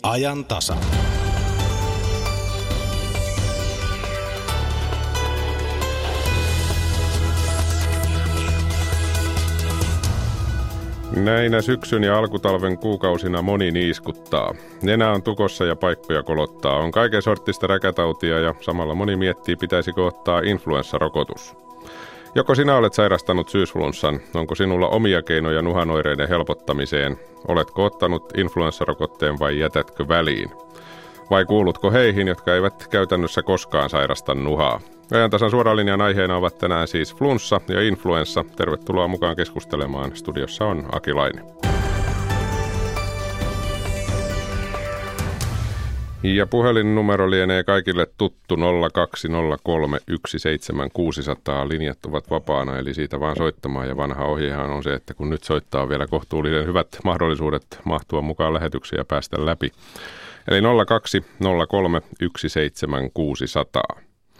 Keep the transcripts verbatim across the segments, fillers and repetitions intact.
ajan tasa. Näinä syksyn ja alkutalven kuukausina moni niiskuttaa. Nenä on tukossa ja paikkoja kolottaa. On kaiken sorttista räkätautia ja samalla moni miettii, pitäisikö ottaa influenssarokotus. Joko sinä olet sairastanut syysflunssan? Onko sinulla omia keinoja nuhanoireiden helpottamiseen? Oletko ottanut influenssarokotteen vai jätätkö väliin? Vai kuulutko heihin, jotka eivät käytännössä koskaan sairasta nuhaa? Ajantasan suoran linjan aiheena ovat tänään siis flunssa ja influenssa. Tervetuloa mukaan keskustelemaan. Studiossa on Aki Laine. Ja puhelinnumero lienee kaikille tuttu nolla kaksi nolla kolme yksi seitsemän kuusi nolla nolla. Linjat ovat vapaana, eli siitä vaan soittamaan. Ja vanha ohjehan on se, että kun nyt soittaa vielä kohtuullisen hyvät mahdollisuudet mahtua mukaan lähetyksiä ja päästä läpi. Eli nolla kaksi nolla kolme yksi seitsemän kuusi nolla nolla.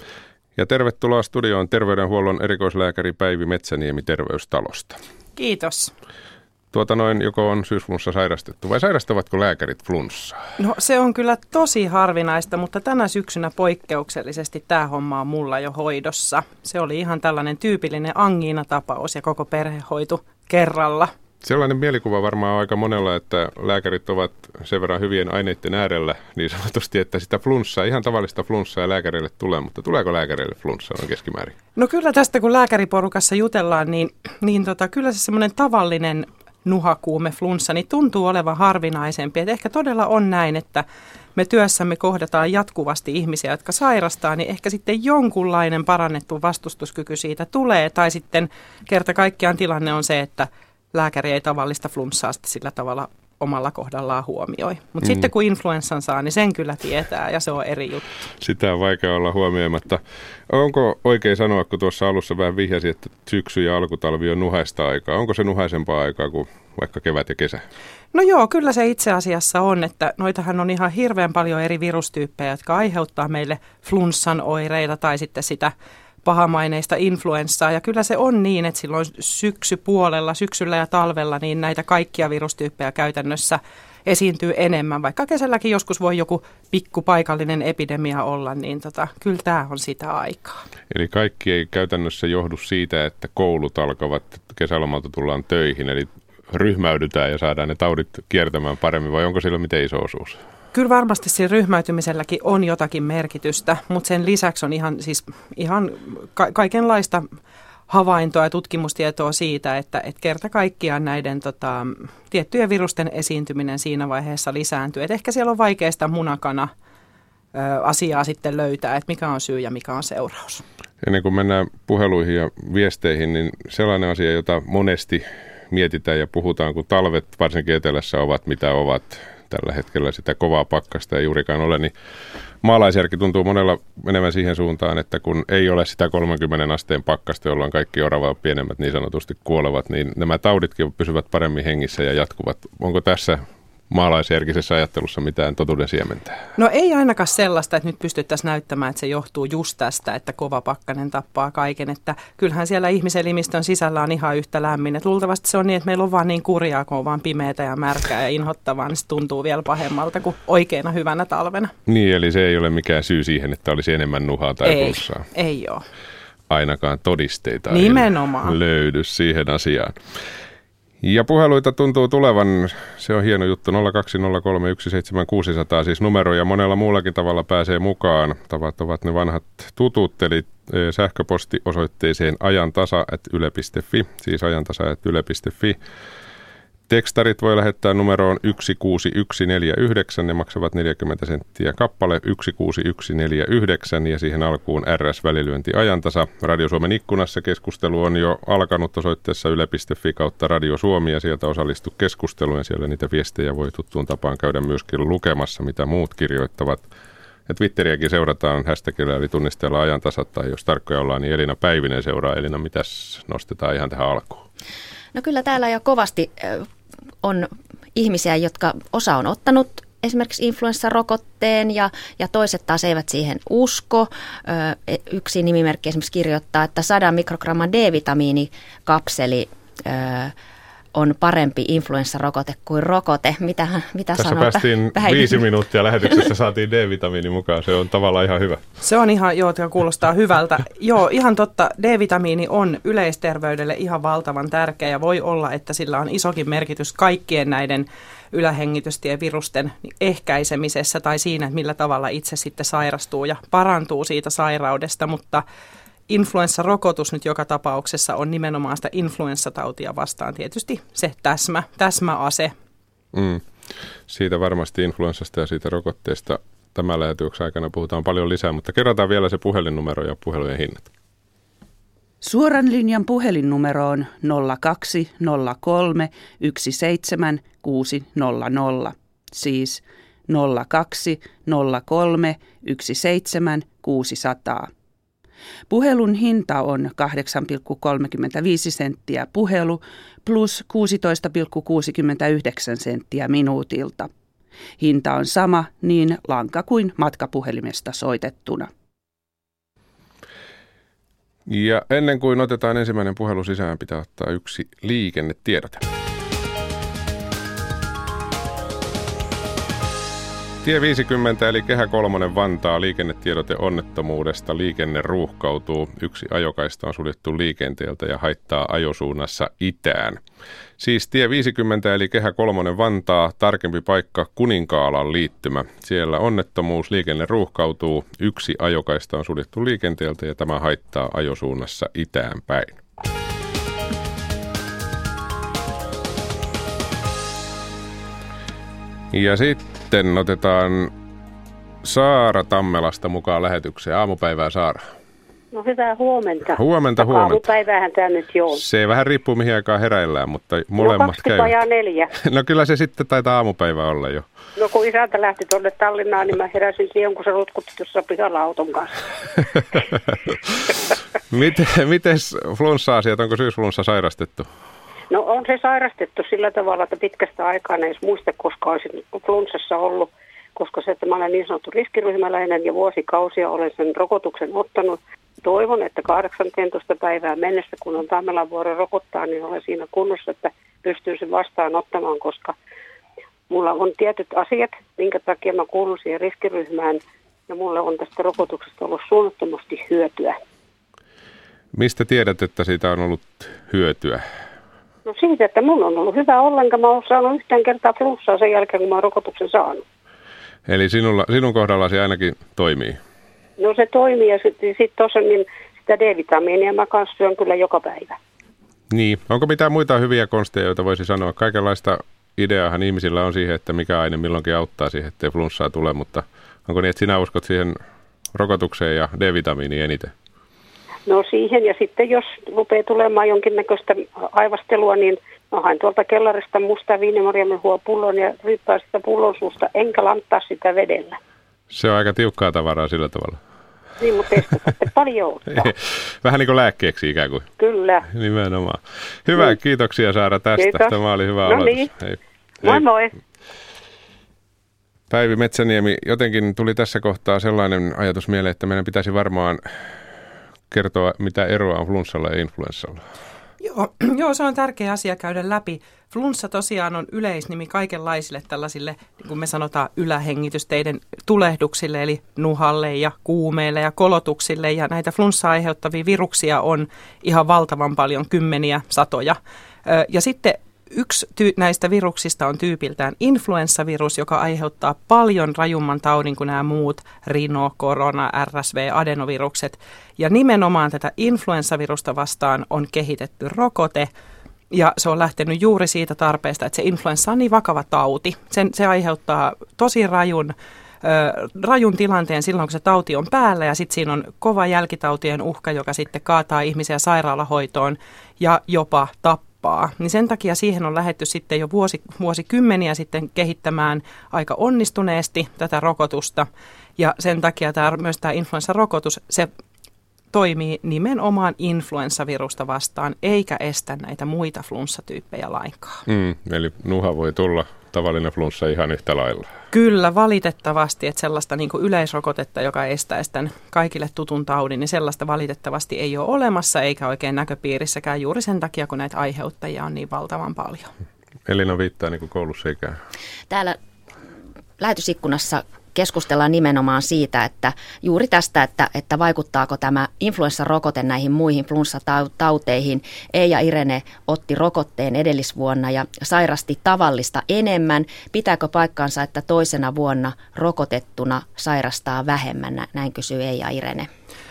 Ja tervetuloa studioon terveydenhuollon erikoislääkäri Päivi Metsäniemi Terveystalosta. Kiitos. Tuota noin, joko on syysflunssa sairastettu vai sairastavatko lääkärit flunssaa? No se on kyllä tosi harvinaista, mutta tänä syksynä poikkeuksellisesti tämä homma on mulla jo hoidossa. Se oli ihan tällainen tyypillinen angiinatapaus ja koko perhe hoitu kerralla. Sellainen mielikuva varmaan on aika monella, että lääkärit ovat sen verran hyvien aineiden äärellä niin sanotusti, että sitä flunssaa, ihan tavallista flunssaa lääkärille tulee, mutta tuleeko lääkärille flunssaa on keskimäärin? No kyllä tästä kun lääkäriporukassa jutellaan, niin, niin tota, kyllä se semmoinen tavallinen nuhakuume flunssa niin tuntuu olevan harvinaisempi. Et ehkä todella on näin, että me työssämme kohdataan jatkuvasti ihmisiä, jotka sairastaa, niin ehkä sitten jonkunlainen parannettu vastustuskyky siitä tulee, tai sitten kerta kaikkiaan tilanne on se, että lääkäri ei tavallista flunssaa sillä tavalla omalla kohdallaan huomioi. Mutta mm. sitten kun influenssan saa, niin sen kyllä tietää ja se on eri juttu. Sitä on vaikea olla huomioimatta. Onko oikein sanoa, kun tuossa alussa vähän vihjasi, että syksy ja alkutalvi on nuhaista aikaa. Onko se nuhaisempaa aikaa kuin vaikka kevät ja kesä? No joo, kyllä se itse asiassa on, että noitahan on ihan hirveän paljon eri virustyyppejä, jotka aiheuttaa meille flunssan oireita tai sitten sitä pahamaineista influenssaa. Ja kyllä se on niin, että silloin syksypuolella, syksyllä ja talvella, niin näitä kaikkia virustyyppejä käytännössä esiintyy enemmän. Vaikka kesälläkin joskus voi joku pikkupaikallinen epidemia olla, niin tota, kyllä tämä on sitä aikaa. Eli kaikki ei käytännössä johdu siitä, että koulut alkavat, kesälomalta tullaan töihin, eli ryhmäydytään ja saadaan ne taudit kiertämään paremmin, vai onko sillä miten iso osuus? Kyllä varmasti siinä ryhmäytymiselläkin on jotakin merkitystä, mutta sen lisäksi on ihan, siis ihan ka- kaikenlaista havaintoa ja tutkimustietoa siitä, että et kerta kaikkiaan näiden tota, tiettyjen virusten esiintyminen siinä vaiheessa lisääntyy. Et ehkä siellä on vaikea sitä munakana ö, asiaa sitten löytää, että mikä on syy ja mikä on seuraus. Ennen kuin mennään puheluihin ja viesteihin, niin sellainen asia, jota monesti mietitään ja puhutaan, kun talvet varsinkin etelässä ovat mitä ovat. Tällä hetkellä sitä kovaa pakkasta ei juurikaan ole, niin maalaisjärki tuntuu monella menevän siihen suuntaan, että kun ei ole sitä kolmenkymmenen asteen pakkasta, jolloin kaikki oravat pienemmät niin sanotusti kuolevat, niin nämä tauditkin pysyvät paremmin hengissä ja jatkuvat. Onko tässä maalaisjärkisessä ajattelussa mitään totuuden siementää? No ei ainakaan sellaista, että nyt pystyttäisiin näyttämään, että se johtuu just tästä, että kova pakkanen tappaa kaiken. Että kyllähän siellä ihmiselimistön sisällä on ihan yhtä lämmin. Et luultavasti se on niin, että meillä on vaan niin kurjaa, kun on vaan pimeätä ja märkää ja inhottavaa, niin se tuntuu vielä pahemmalta kuin oikeana hyvänä talvena. Niin, eli se ei ole mikään syy siihen, että olisi enemmän nuhaa tai ei, flunssaa. Ei ole. Ainakaan todisteita Nimenomaan. Ei löydy siihen asiaan. Ja puheluita tuntuu tulevan, se on hieno juttu, nolla kaksi nolla kolme yksi seitsemän kuusi nolla nolla, siis numero ja monella muullakin tavalla pääsee mukaan. Tavat ovat ne vanhat tutut, eli sähköposti osoitteeseen ajantasa ät yle piste fi, siis ajantasa ät yle piste fi. Tekstarit voi lähettää numeroon yksi kuusi yksi neljä yhdeksän, ne maksavat neljäkymmentä senttiä kappale, yksi kuusi yksi neljä yhdeksän ja siihen alkuun R S-välilyönti ajantasa. Radio Suomen ikkunassa keskustelu on jo alkanut osoitteessa yle piste fi kautta Radio Suomi ja sieltä osallistu keskusteluun ja siellä niitä viestejä voi tuttuun tapaan käydä myöskin lukemassa, mitä muut kirjoittavat. Ja Twitteriäkin seurataan hashtagillä eli tunnisteella ajantasa tai jos tarkkoja ollaan, niin Elina Päivinen seuraa. Elina, mitäs nostetaan ihan tähän alkuun? No kyllä täällä jo kovasti on ihmisiä, jotka osa on ottanut esimerkiksi influenssarokotteen ja, ja toiset taas eivät siihen usko. Yksi nimimerkki esimerkiksi kirjoittaa, että sadan mikrogramman D-vitamiinikapseli on parempi influenssarokote kuin rokote. Mitä, mitä Tässä sanota? päästiin Päivi. viisi minuuttia lähetyksessä, saatiin D-vitamiini mukaan. Se on tavallaan ihan hyvä. Se on ihan, joo, joka kuulostaa hyvältä. Joo, ihan totta. D-vitamiini on yleisterveydelle ihan valtavan tärkeä ja voi olla, että sillä on isokin merkitys kaikkien näiden ylähengitystievirusten ehkäisemisessä tai siinä, että millä tavalla itse sitten sairastuu ja parantuu siitä sairaudesta, mutta influenssarokotus nyt joka tapauksessa on nimenomaan sitä influenssatautia vastaan tietysti se täsmä, täsmäase. Mm. Siitä varmasti influenssasta ja siitä rokotteesta tämän lähetyksen aikana puhutaan paljon lisää, mutta kerrotaan vielä se puhelinnumero ja puhelujen hinnat. Suoran linjan puhelinnumero on nolla kaksi nolla kolme yksi seitsemän kuusi nolla nolla, siis nolla kaksi nolla kolme yksi seitsemän kuusi nolla nolla. Puhelun hinta on kahdeksan pilkku kolmekymmentäviisi senttiä puhelu plus kuusitoista pilkku kuusikymmentäyhdeksän senttiä minuutilta. Hinta on sama niin lanka kuin matkapuhelimesta soitettuna. Ja ennen kuin otetaan ensimmäinen puhelu sisään, pitää ottaa yksi liikennetiedote. Tie viisikymmentä eli Kehä kolmonen Vantaa, liikennetiedote onnettomuudesta. Liikenne ruuhkautuu. Yksi ajokaista on suljettu liikenteeltä ja haittaa ajosuunnassa itään. Siis tie viisikymmentä eli Kehä kolmonen Vantaa, tarkempi paikka Kuninkaalan liittymä. Siellä onnettomuus, liikenne ruuhkautuu. Yksi ajokaista on suljettu liikenteeltä ja tämä haittaa ajosuunnassa itään päin. Ja sitten otetaan Saara Tammelasta mukaan lähetykseen. Aamupäivää, Saara. No hyvää huomenta. Huomenta, huomenta. Aamupäivähän tämä nyt jo on. Se vähän riippuu mihin aikaan heräillään, mutta molemmat no, käyvät. No neljä. No kyllä se sitten taitaa aamupäivä olla jo. No kun isäntä lähti tuonne Tallinnaan, niin mä heräsin siihen, kun se rutkutti tuossa pihalla auton kanssa. Miten, mites flunssa-asiat, onko syysflunssa sairastettu? No on se sairastettu sillä tavalla, että pitkästä aikaa en edes muista, koska olisin flunssassa ollut, koska se, että mä olen niin sanottu riskiryhmäläinen ja vuosikausia olen sen rokotuksen ottanut. Toivon, että kahdeksantoista päivää mennessä, kun on Tammelan vuoro rokottaa, niin olen siinä kunnossa, että pystyy sen vastaan ottamaan, koska mulla on tietyt asiat, minkä takia mä kuulun siihen riskiryhmään, ja mulla on tästä rokotuksesta ollut suunnattomasti hyötyä. Mistä tiedät, että siitä on ollut hyötyä? No siitä, että mun on ollut hyvä olla, enkä mä oon saanut yhteen kertaa flunssaa sen jälkeen, kun mä oon rokotuksen saanut. Eli sinulla, sinun kohdallasi ainakin toimii? No se toimii ja sitten sit tosiaan niin sitä D-vitamiinia mä kanssa syön kyllä joka päivä. Niin. Onko mitään muita hyviä konsteja, joita voisi sanoa? Kaikenlaista ideaahan ihmisillä on siihen, että mikä aine milloinkin auttaa siihen, ettei flunssaa tule, mutta onko niin, että sinä uskot siihen rokotukseen ja D-vitamiiniin eniten? No siihen ja sitten jos rupeaa tulemaan jonkinnäköistä aivastelua, niin mä hain tuolta kellarista mustaa viinimarjamelhua pullon ja ryyppää sitä pullon suusta, enkä lanttaa sitä vedellä. Se on aika tiukkaa tavaraa sillä tavalla. Niin, mutta teistä paljon ottaa. Vähän niin kuin lääkkeeksi ikään kuin. Kyllä. Nimenomaan. Hyvä, niin. Kiitoksia Saara tästä. Kiitos. Tämä oli hyvä no aloitus. Niin. Hei. Moi moi. Päivi Metsäniemi, jotenkin tuli tässä kohtaa sellainen ajatus mieleen, että meidän pitäisi varmaan kertoa, mitä eroa on flunssalla ja influenssalla. Joo, joo, se on tärkeä asia käydä läpi. Flunssa tosiaan on yleisnimi kaikenlaisille tällaisille, niin kuin me sanotaan, ylähengitysteiden tulehduksille, eli nuhalle ja kuumeille ja kolotuksille. Ja näitä flunssaa aiheuttavia viruksia on ihan valtavan paljon, kymmeniä, satoja. Ja sitten yksi ty- näistä viruksista on tyypiltään influenssavirus, joka aiheuttaa paljon rajumman taudin kuin nämä muut rino, korona, R S V, adenovirukset. Ja nimenomaan tätä influenssavirusta vastaan on kehitetty rokote. Ja se on lähtenyt juuri siitä tarpeesta, että se influenssa on niin vakava tauti. Sen, se aiheuttaa tosi rajun, ö, rajun tilanteen silloin, kun se tauti on päällä. Ja sitten siinä on kova jälkitautien uhka, joka sitten kaataa ihmisiä sairaalahoitoon ja jopa tappaa. Niin sen takia siihen on lähdetty sitten jo vuosi, vuosikymmeniä sitten kehittämään aika onnistuneesti tätä rokotusta. Ja sen takia tämä, myös tämä influenssarokotus, se toimii nimenomaan influenssavirusta vastaan, eikä estä näitä muita flunssatyyppejä lainkaan. Mm, eli nuha voi tulla tavallinen flunssa ihan yhtä lailla. Kyllä, valitettavasti, että sellaista niin kuin yleisrokotetta, joka estäisi tämän kaikille tutun taudin, niin sellaista valitettavasti ei ole olemassa eikä oikein näköpiirissäkään juuri sen takia, kun näitä aiheuttajia on niin valtavan paljon. Elina viittaa niin kuin koulussa ikään. Täällä lähetysikkunassa keskustellaan nimenomaan siitä, että juuri tästä, että, että vaikuttaako tämä influenssarokote näihin muihin flunssatauteihin. Eija Irene otti rokotteen edellisvuonna ja sairasti tavallista enemmän. Pitääkö paikkaansa, että toisena vuonna rokotettuna sairastaa vähemmän? Näin kysyy Eija Irene.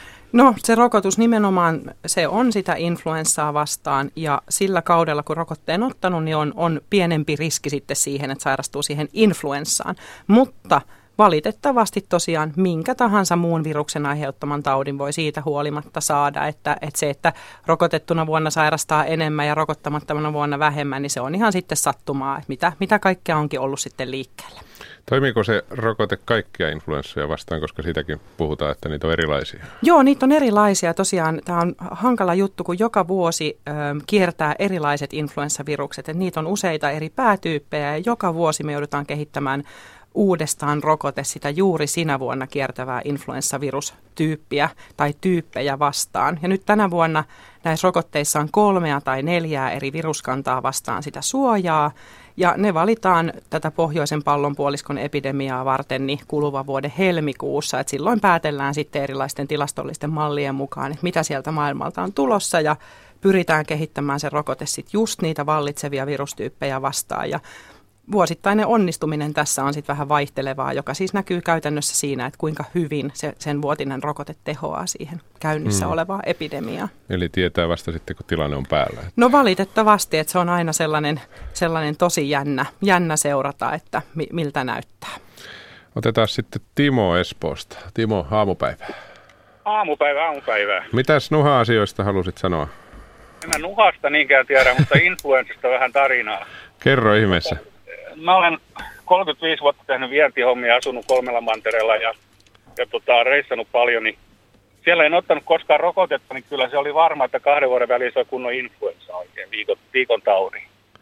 No se rokotus nimenomaan, se on sitä influenssaa vastaan ja sillä kaudella kun rokotteen ottanut, niin on, on pienempi riski sitten siihen, että sairastuu siihen influenssaan, mutta valitettavasti tosiaan minkä tahansa muun viruksen aiheuttaman taudin voi siitä huolimatta saada, että, että se, että rokotettuna vuonna sairastaa enemmän ja rokottamattomana vuonna vähemmän, niin se on ihan sitten sattumaa, että mitä, mitä kaikkea onkin ollut sitten liikkeellä. Toimiiko se rokote kaikkia influenssoja vastaan, koska siitäkin puhutaan, että niitä on erilaisia? Joo, niitä on erilaisia. Tosiaan tämä on hankala juttu, kun joka vuosi ö, kiertää erilaiset influenssavirukset. Et niitä on useita eri päätyyppejä ja joka vuosi me joudutaan kehittämään uudestaan rokote sitä juuri sinä vuonna kiertävää influenssavirustyyppiä tai tyyppejä vastaan. Ja nyt tänä vuonna näissä rokotteissa on kolmea tai neljää eri viruskantaa vastaan sitä suojaa. Ja ne valitaan tätä pohjoisen pallonpuoliskon epidemiaa varten niin kuluvan vuoden helmikuussa. Et silloin päätellään sitten erilaisten tilastollisten mallien mukaan, että mitä sieltä maailmalta on tulossa ja pyritään kehittämään se rokote sitten just niitä vallitsevia virustyyppejä vastaan. Ja vuosittainen onnistuminen tässä on sitten vähän vaihtelevaa, joka siis näkyy käytännössä siinä, että kuinka hyvin se, sen vuotinen rokote tehoaa siihen käynnissä hmm. olevaan epidemiaan. Eli tietää vasta sitten, kun tilanne on päällä. No valitettavasti, että se on aina sellainen, sellainen tosi jännä, jännä seurata, että mi, miltä näyttää. Otetaan sitten Timo Espoosta. Timo, aamupäivää. Aamupäivää, aamupäivää. Mitäs nuha-asioista halusit sanoa? En mä nuhasta niinkään tiedä, mutta influenssasta vähän tarinaa. Kerro ihmeessä. Mä olen kolmekymmentäviisi vuotta tehnyt vientihommia, asunut kolmella mantereella ja, ja tota, reissannut paljon, niin siellä en ottanut koskaan rokotetta, niin kyllä se oli varma, että kahden vuoden väliin se on kunnon influenssa oikein, viikon, viikon taudi.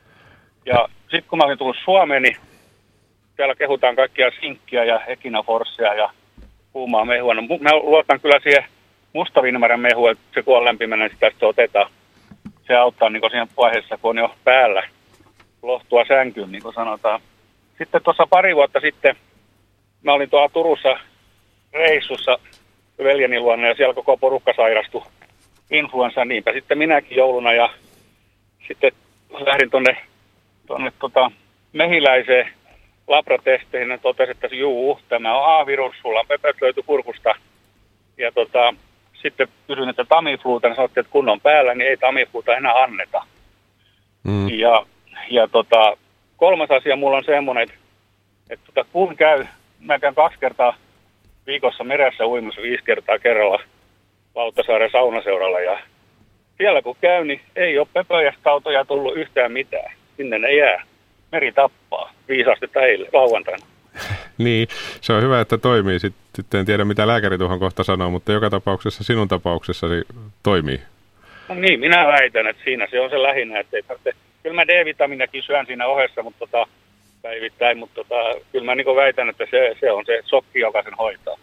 Ja sitten kun mä olin tullut Suomeen, niin täällä kehutaan kaikkia sinkkiä ja ekinaforssia ja kuumaa mehua. No, mä luotan kyllä siihen mustavinmärän mehuun, että se kun on lämpimänä, niin sitä sitten otetaan. Se auttaa niin siinä vaiheessa, kun on jo päällä lohtua sänkyyn, niin kuin sanotaan. Sitten tuossa pari vuotta sitten mä olin tuolla Turussa reissussa veljeni luona ja siellä koko porukka sairastui influenssaan. Niinpä sitten minäkin jouluna ja sitten lähdin tuonne tonne, tota, Mehiläiseen labratesteihin ja totesin, että juu, tämä on A-virus, sulla on pepet löyty kurkusta. Ja tota, sitten kysyin, että Tamifluuta, niin sanottiin, että kun on päällä, niin ei Tamifluuta enää anneta. Mm. Ja Ja tota, kolmas asia mulla on semmoinen, että, että tota, kun käy, mä käyn kaksi kertaa viikossa meressä uimassa viisi kertaa kerralla Lauttasaaren saunaseuralla. Ja siellä kun käy, niin ei ole pepöjästautoja tullut yhtään mitään. Sinne ne jää. Meri tappaa. Viisaasti eilen lauantaina. Niin, se on hyvä, että toimii. Sitten en tiedä, mitä lääkäri tuohon kohta sanoo, mutta joka tapauksessa sinun tapauksessasi toimii. No niin, minä väitän, että siinä se on se lähinnä, että ei tarvitse. Kyllä mä D-vitamiinakin syön siinä ohessa, mutta tota, päivittäin, mutta tota, kyllä mä niin väitän, että se, se on se sokki, joka sen hoitaa.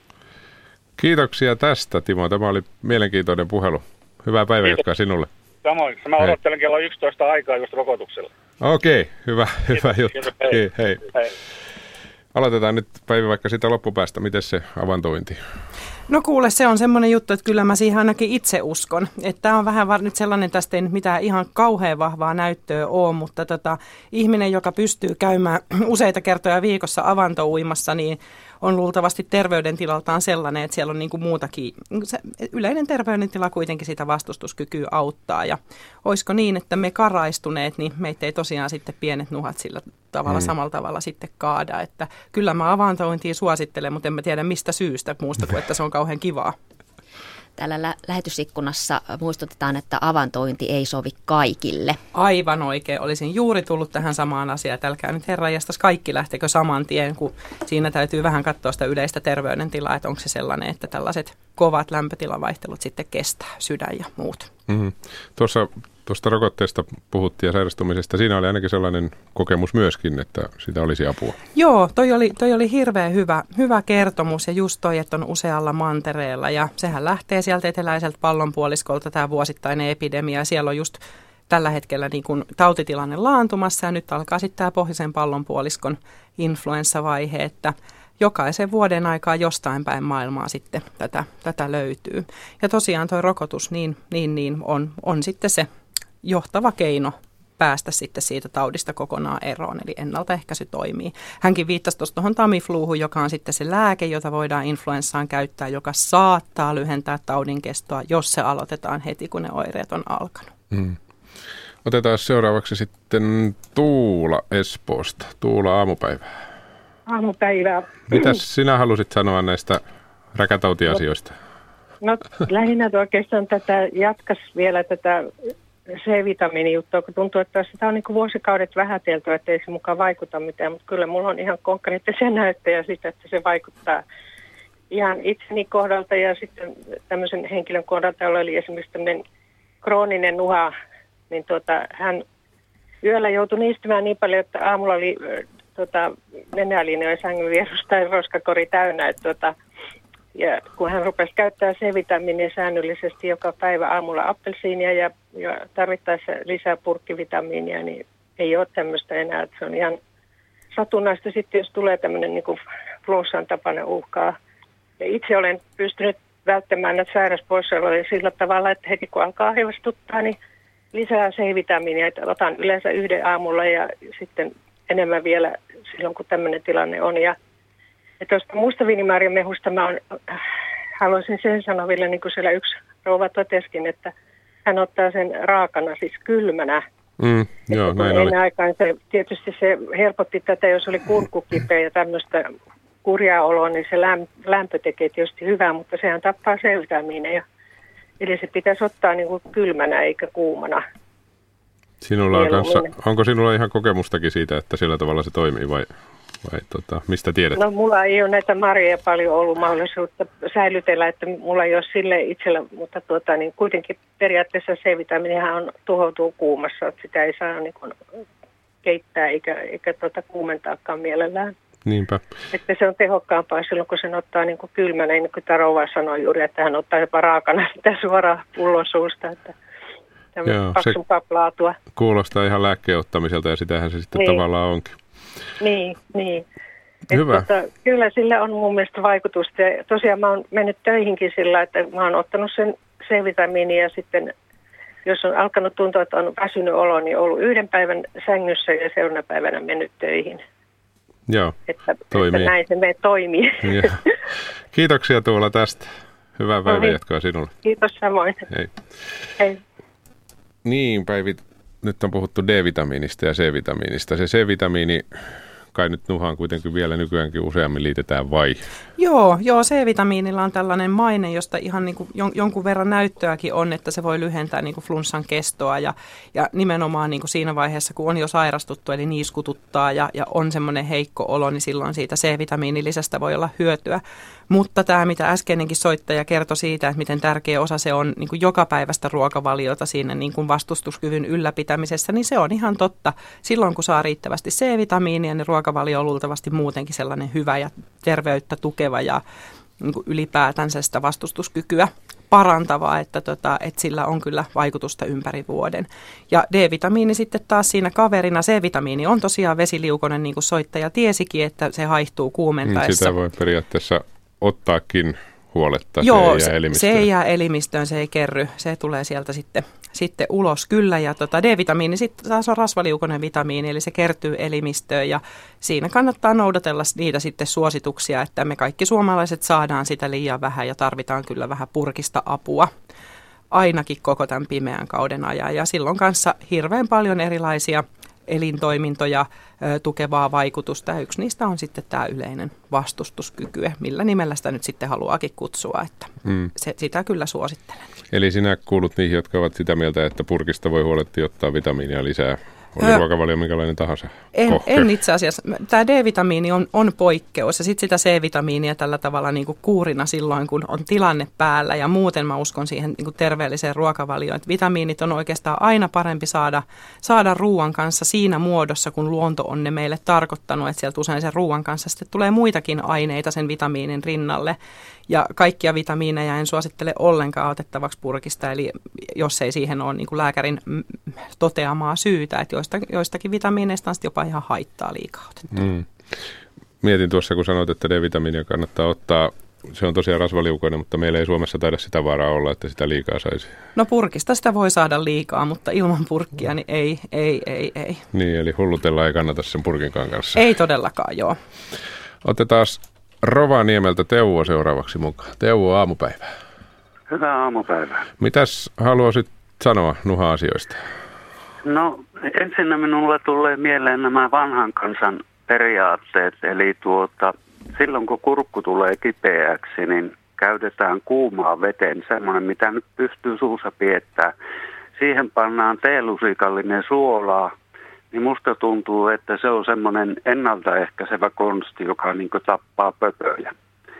Kiitoksia tästä, Timo. Tämä oli mielenkiintoinen puhelu. Hyvää päivänjatkoa sinulle. Samoin. Mä odottelen kello yksitoista aikaa just rokotuksella. Okei, okay, hyvä, hyvä juttu. Kiitos, hei. Hei, hei. hei. Aloitetaan nyt Päivi vaikka sitä loppupäästä. Miten se avantointi? No kuule, se on semmoinen juttu, että kyllä mä siihen ainakin itse uskon. Että tämä on vähän var- nyt sellainen, tästä ei nyt mitään ihan kauhean vahvaa näyttöä ole, mutta tota, ihminen, joka pystyy käymään useita kertoja viikossa avantouimassa, niin on luultavasti terveydentilaltaan sellainen, että siellä on niin kuin muutakin, se yleinen terveydentila kuitenkin sitä vastustuskykyä auttaa. Ja olisiko niin, että me karaistuneet, niin meitä ei tosiaan sitten pienet nuhat sillä tavalla, mm. samalla tavalla sitten kaada. Että kyllä mä avantointia suosittelen, mutta en mä tiedä mistä syystä muusta kuin, että se on kauhean kivaa. Täällä lä- lähetysikkunassa muistutetaan, että avantointi ei sovi kaikille. Aivan oikein. Olisin juuri tullut tähän samaan asiaan. Älkää nyt herranjestas kaikki lähtekö saman tien, kun siinä täytyy vähän katsoa sitä yleistä terveydentilaa, että onko se sellainen, että tällaiset kovat lämpötilavaihtelut sitten kestää, sydän ja muut. Mm-hmm. Tuossa tuosta rokotteesta puhuttiin ja sairastumisesta. Siinä oli ainakin sellainen kokemus myöskin, että sitä olisi apua. Joo, toi oli, toi oli hirveän hyvä, hyvä kertomus ja just toi, että on usealla mantereella ja sehän lähtee sieltä eteläiseltä pallonpuoliskolta tämä vuosittainen epidemia ja siellä on just tällä hetkellä niin kuin tautitilanne laantumassa ja nyt alkaa sitten tämä pohjoisen pallonpuoliskon influenssavaihe, että jokaisen vuoden aikaa jostain päin maailmaa sitten tätä, tätä löytyy. Ja tosiaan tuo rokotus niin, niin, niin on, on sitten se johtava keino päästä sitten siitä taudista kokonaan eroon, eli ennaltaehkäisy toimii. Hänkin viittasi tuossa tuohon Tamifluuhun, joka on sitten se lääke, jota voidaan influenssaan käyttää, joka saattaa lyhentää taudin kestoa, jos se aloitetaan heti, kun ne oireet on alkanut. Hmm. Otetaan seuraavaksi sitten Tuula Espoosta. Tuula, aamupäivää. Aamupäivää. Mitäs sinä halusit sanoa näistä räkätautiasioista? No, no lähinnä oikeastaan tätä jatkas vielä tätä C-vitamiinijuttua, kun tuntuu, että sitä on niin kuin vuosikaudet vähätelty, että ei se mukaan vaikuta mitään, mutta kyllä mulla on ihan konkreettisia näyttöjä siitä, että se vaikuttaa ihan itseni kohdalta ja sitten tämmöisen henkilön kohdalta, jolla oli esimerkiksi tämmöinen krooninen nuha, niin tuota, hän yöllä joutui niistymään niin paljon, että aamulla oli tota, nenälinjoja sängyn vierusta tai roskakori täynnä, että tuota, ja kun hän rupesi käyttämään C-vitamiinia säännöllisesti joka päivä aamulla appelsiinia ja, ja tarvittaessa lisää purkkivitamiinia, niin ei ole tämmöistä enää. Että se on ihan satunnaista sitten, jos tulee tämmöinen niin kuin flunssan tapainen uhkaa. Ja itse olen pystynyt välttämään näitä sairauspoissaoloja sillä tavalla, että heti kun alkaa heivastuttaa, niin lisää C-vitamiinia. Että otan yleensä yhden aamulla ja sitten enemmän vielä silloin, kun tämmöinen tilanne on. Ja Ja tuosta mustaviinimarjamehusta mä on, haluaisin sen sanoa vielä, niin kuin siellä yksi rouva toteskin, että hän ottaa sen raakana, siis kylmänä. Mm, joo, näin oli. Aikaan se, tietysti se helpotti tätä, jos oli kurkkukipeä ja tämmöistä kurjaa oloa, niin se lämpö tekee tietysti hyvää, mutta sehän tappaa C-vitamiineja. Eli se pitäisi ottaa niin kuin kylmänä eikä kuumana. Sinulla on kanssa, onko sinulla ihan kokemustakin siitä, että sillä tavalla se toimii vai... Vai tota, mistä tiedät? No mulla ei ole näitä marjoja paljon ollut mahdollisuutta säilytellä, että mulla ei ole sille itsellä, mutta tuota, niin kuitenkin periaatteessa C-vitamiinihan on, tuhoutuu kuumassa, että sitä ei saa niin kuin keittää eikä, eikä tuota, kuumentaakaan mielellään. Niinpä. Että se on tehokkaampaa silloin, kun sen ottaa niin kuin kylmänä, niin kuin tämä rouva sanoi juuri, että hän ottaa jopa raakana sitä suoraan pullon suusta, että Joo, paksumpaa laatua. Kuulostaa ihan lääkkeen ottamiselta ja sitähän se sitten niin. tavallaan onkin. Niin, niin. Hyvä. Että, kyllä sillä on mun mielestä vaikutusta. Ja tosiaan mä oon mennyt töihinkin sillä, että mä oon ottanut sen C-vitamiinia ja sitten, jos on alkanut tuntua, että on väsynyt olo, niin ollut yhden päivän sängyssä ja seuraavana päivänä mennyt töihin. Joo, että, toimii. Että näin se me toimii. Kiitoksia Tuula tästä. Hyvää päivänjatkoa sinulle. Kiitos samoin. Hei. Hei. Niin, Päivi, nyt on puhuttu D-vitamiinista ja C-vitamiinista. Se C-vitamiini kai nyt nuhaan kuitenkin vielä nykyäänkin useammin liitetään vai? Joo, joo, C-vitamiinilla on tällainen maine, josta ihan niin kuin jonkun verran näyttöäkin on, että se voi lyhentää niin kuin flunssan kestoa ja, ja nimenomaan niin kuin siinä vaiheessa, kun on jo sairastuttu, eli niiskututtaa ja, ja on semmoinen heikko olo, niin silloin siitä C-vitamiinilisästä voi olla hyötyä. Mutta tämä, mitä äskeinenkin soittaja kertoi siitä, että miten tärkeä osa se on niin kuin jokapäiväistä ruokavaliota siinä niin kuin vastustuskyvyn ylläpitämisessä, niin se on ihan totta. Silloin, kun saa riittävästi C-vitamiinia, niin ruokavalio on luultavasti muutenkin sellainen hyvä ja terveyttä tukeva ja niin kuin ylipäätänsä sitä vastustuskykyä parantavaa, että, tota, että sillä on kyllä vaikutusta ympäri vuoden. Ja D-vitamiini sitten taas siinä kaverina. C-vitamiini on tosiaan vesiliukoinen, niin kuin soittaja tiesikin, että se haihtuu kuumentaessa. Sitä voi periaatteessa ottaakin huoletta. Joo, se ei jää elimistöön. Se ei jää elimistöön, se ei kerry. Se tulee sieltä sitten, sitten ulos kyllä. Ja tota D-vitamiini sitten taas on rasvaliukoinen vitamiini, eli se kertyy elimistöön. Ja siinä kannattaa noudatella niitä sitten suosituksia, että me kaikki suomalaiset saadaan sitä liian vähän ja tarvitaan kyllä vähän purkista apua. Ainakin koko tämän pimeän kauden ajan. Ja silloin kanssa hirveän paljon erilaisia elintoimintoja ö, tukevaa vaikutusta. Yksi niistä on sitten tämä yleinen vastustuskyky, millä nimellä sitä nyt sitten haluaakin kutsua, että mm. se, sitä kyllä suosittelen. Eli sinä kuulut niihin, jotka ovat sitä mieltä, että purkista voi huolehtia ottaa vitamiinia lisää, oli öö, ruokavalio minkälainen tahansa? En, en itse asiassa. Tämä D-vitamiini on, on poikkeus ja sitten sitä C-vitamiinia tällä tavalla niin kuin kuurina silloin, kun on tilanne päällä ja muuten mä uskon siihen niin kuin terveelliseen ruokavalioon. Että vitamiinit on oikeastaan aina parempi saada, saada ruoan kanssa siinä muodossa, kun luonto on ne meille tarkoittanut, että sieltä usein sen ruoan kanssa sitten tulee muitakin aineita sen vitamiinin rinnalle. Ja kaikkia vitamiineja en suosittele ollenkaan otettavaksi purkista, eli jos ei siihen ole niin kuin lääkärin toteamaa syytä, että joista, joistakin vitamiineista on jopa ihan haittaa liikaa otettua. Mm. Mietin tuossa, kun sanoit, että D-vitamiinia kannattaa ottaa. Se on tosiaan rasvaliukoinen, mutta meillä ei Suomessa taida sitä varaa olla, että sitä liikaa saisi. No purkista sitä voi saada liikaa, mutta ilman purkkia niin ei, ei, ei, ei. Niin, eli hullutella ei kannata sen purkinkaan kanssa. Ei todellakaan, joo. Otetaan Rovaniemeltä Teuvo seuraavaksi mukaan. Teuvo, aamupäivää. Hyvää aamupäivää. Mitäs haluaisit sanoa nuha-asioista? No ensinnä minulle tulee mieleen nämä vanhan kansan periaatteet, eli tuota, silloin kun kurkku tulee kipeäksi, niin käytetään kuumaa veteen, semmoinen mitä nyt pystyy suussa piettää. Siihen pannaan teelusikallinen suolaa, niin musta tuntuu, että se on semmoinen ennaltaehkäisevä konsti, joka niin kuin tappaa pöpöjä.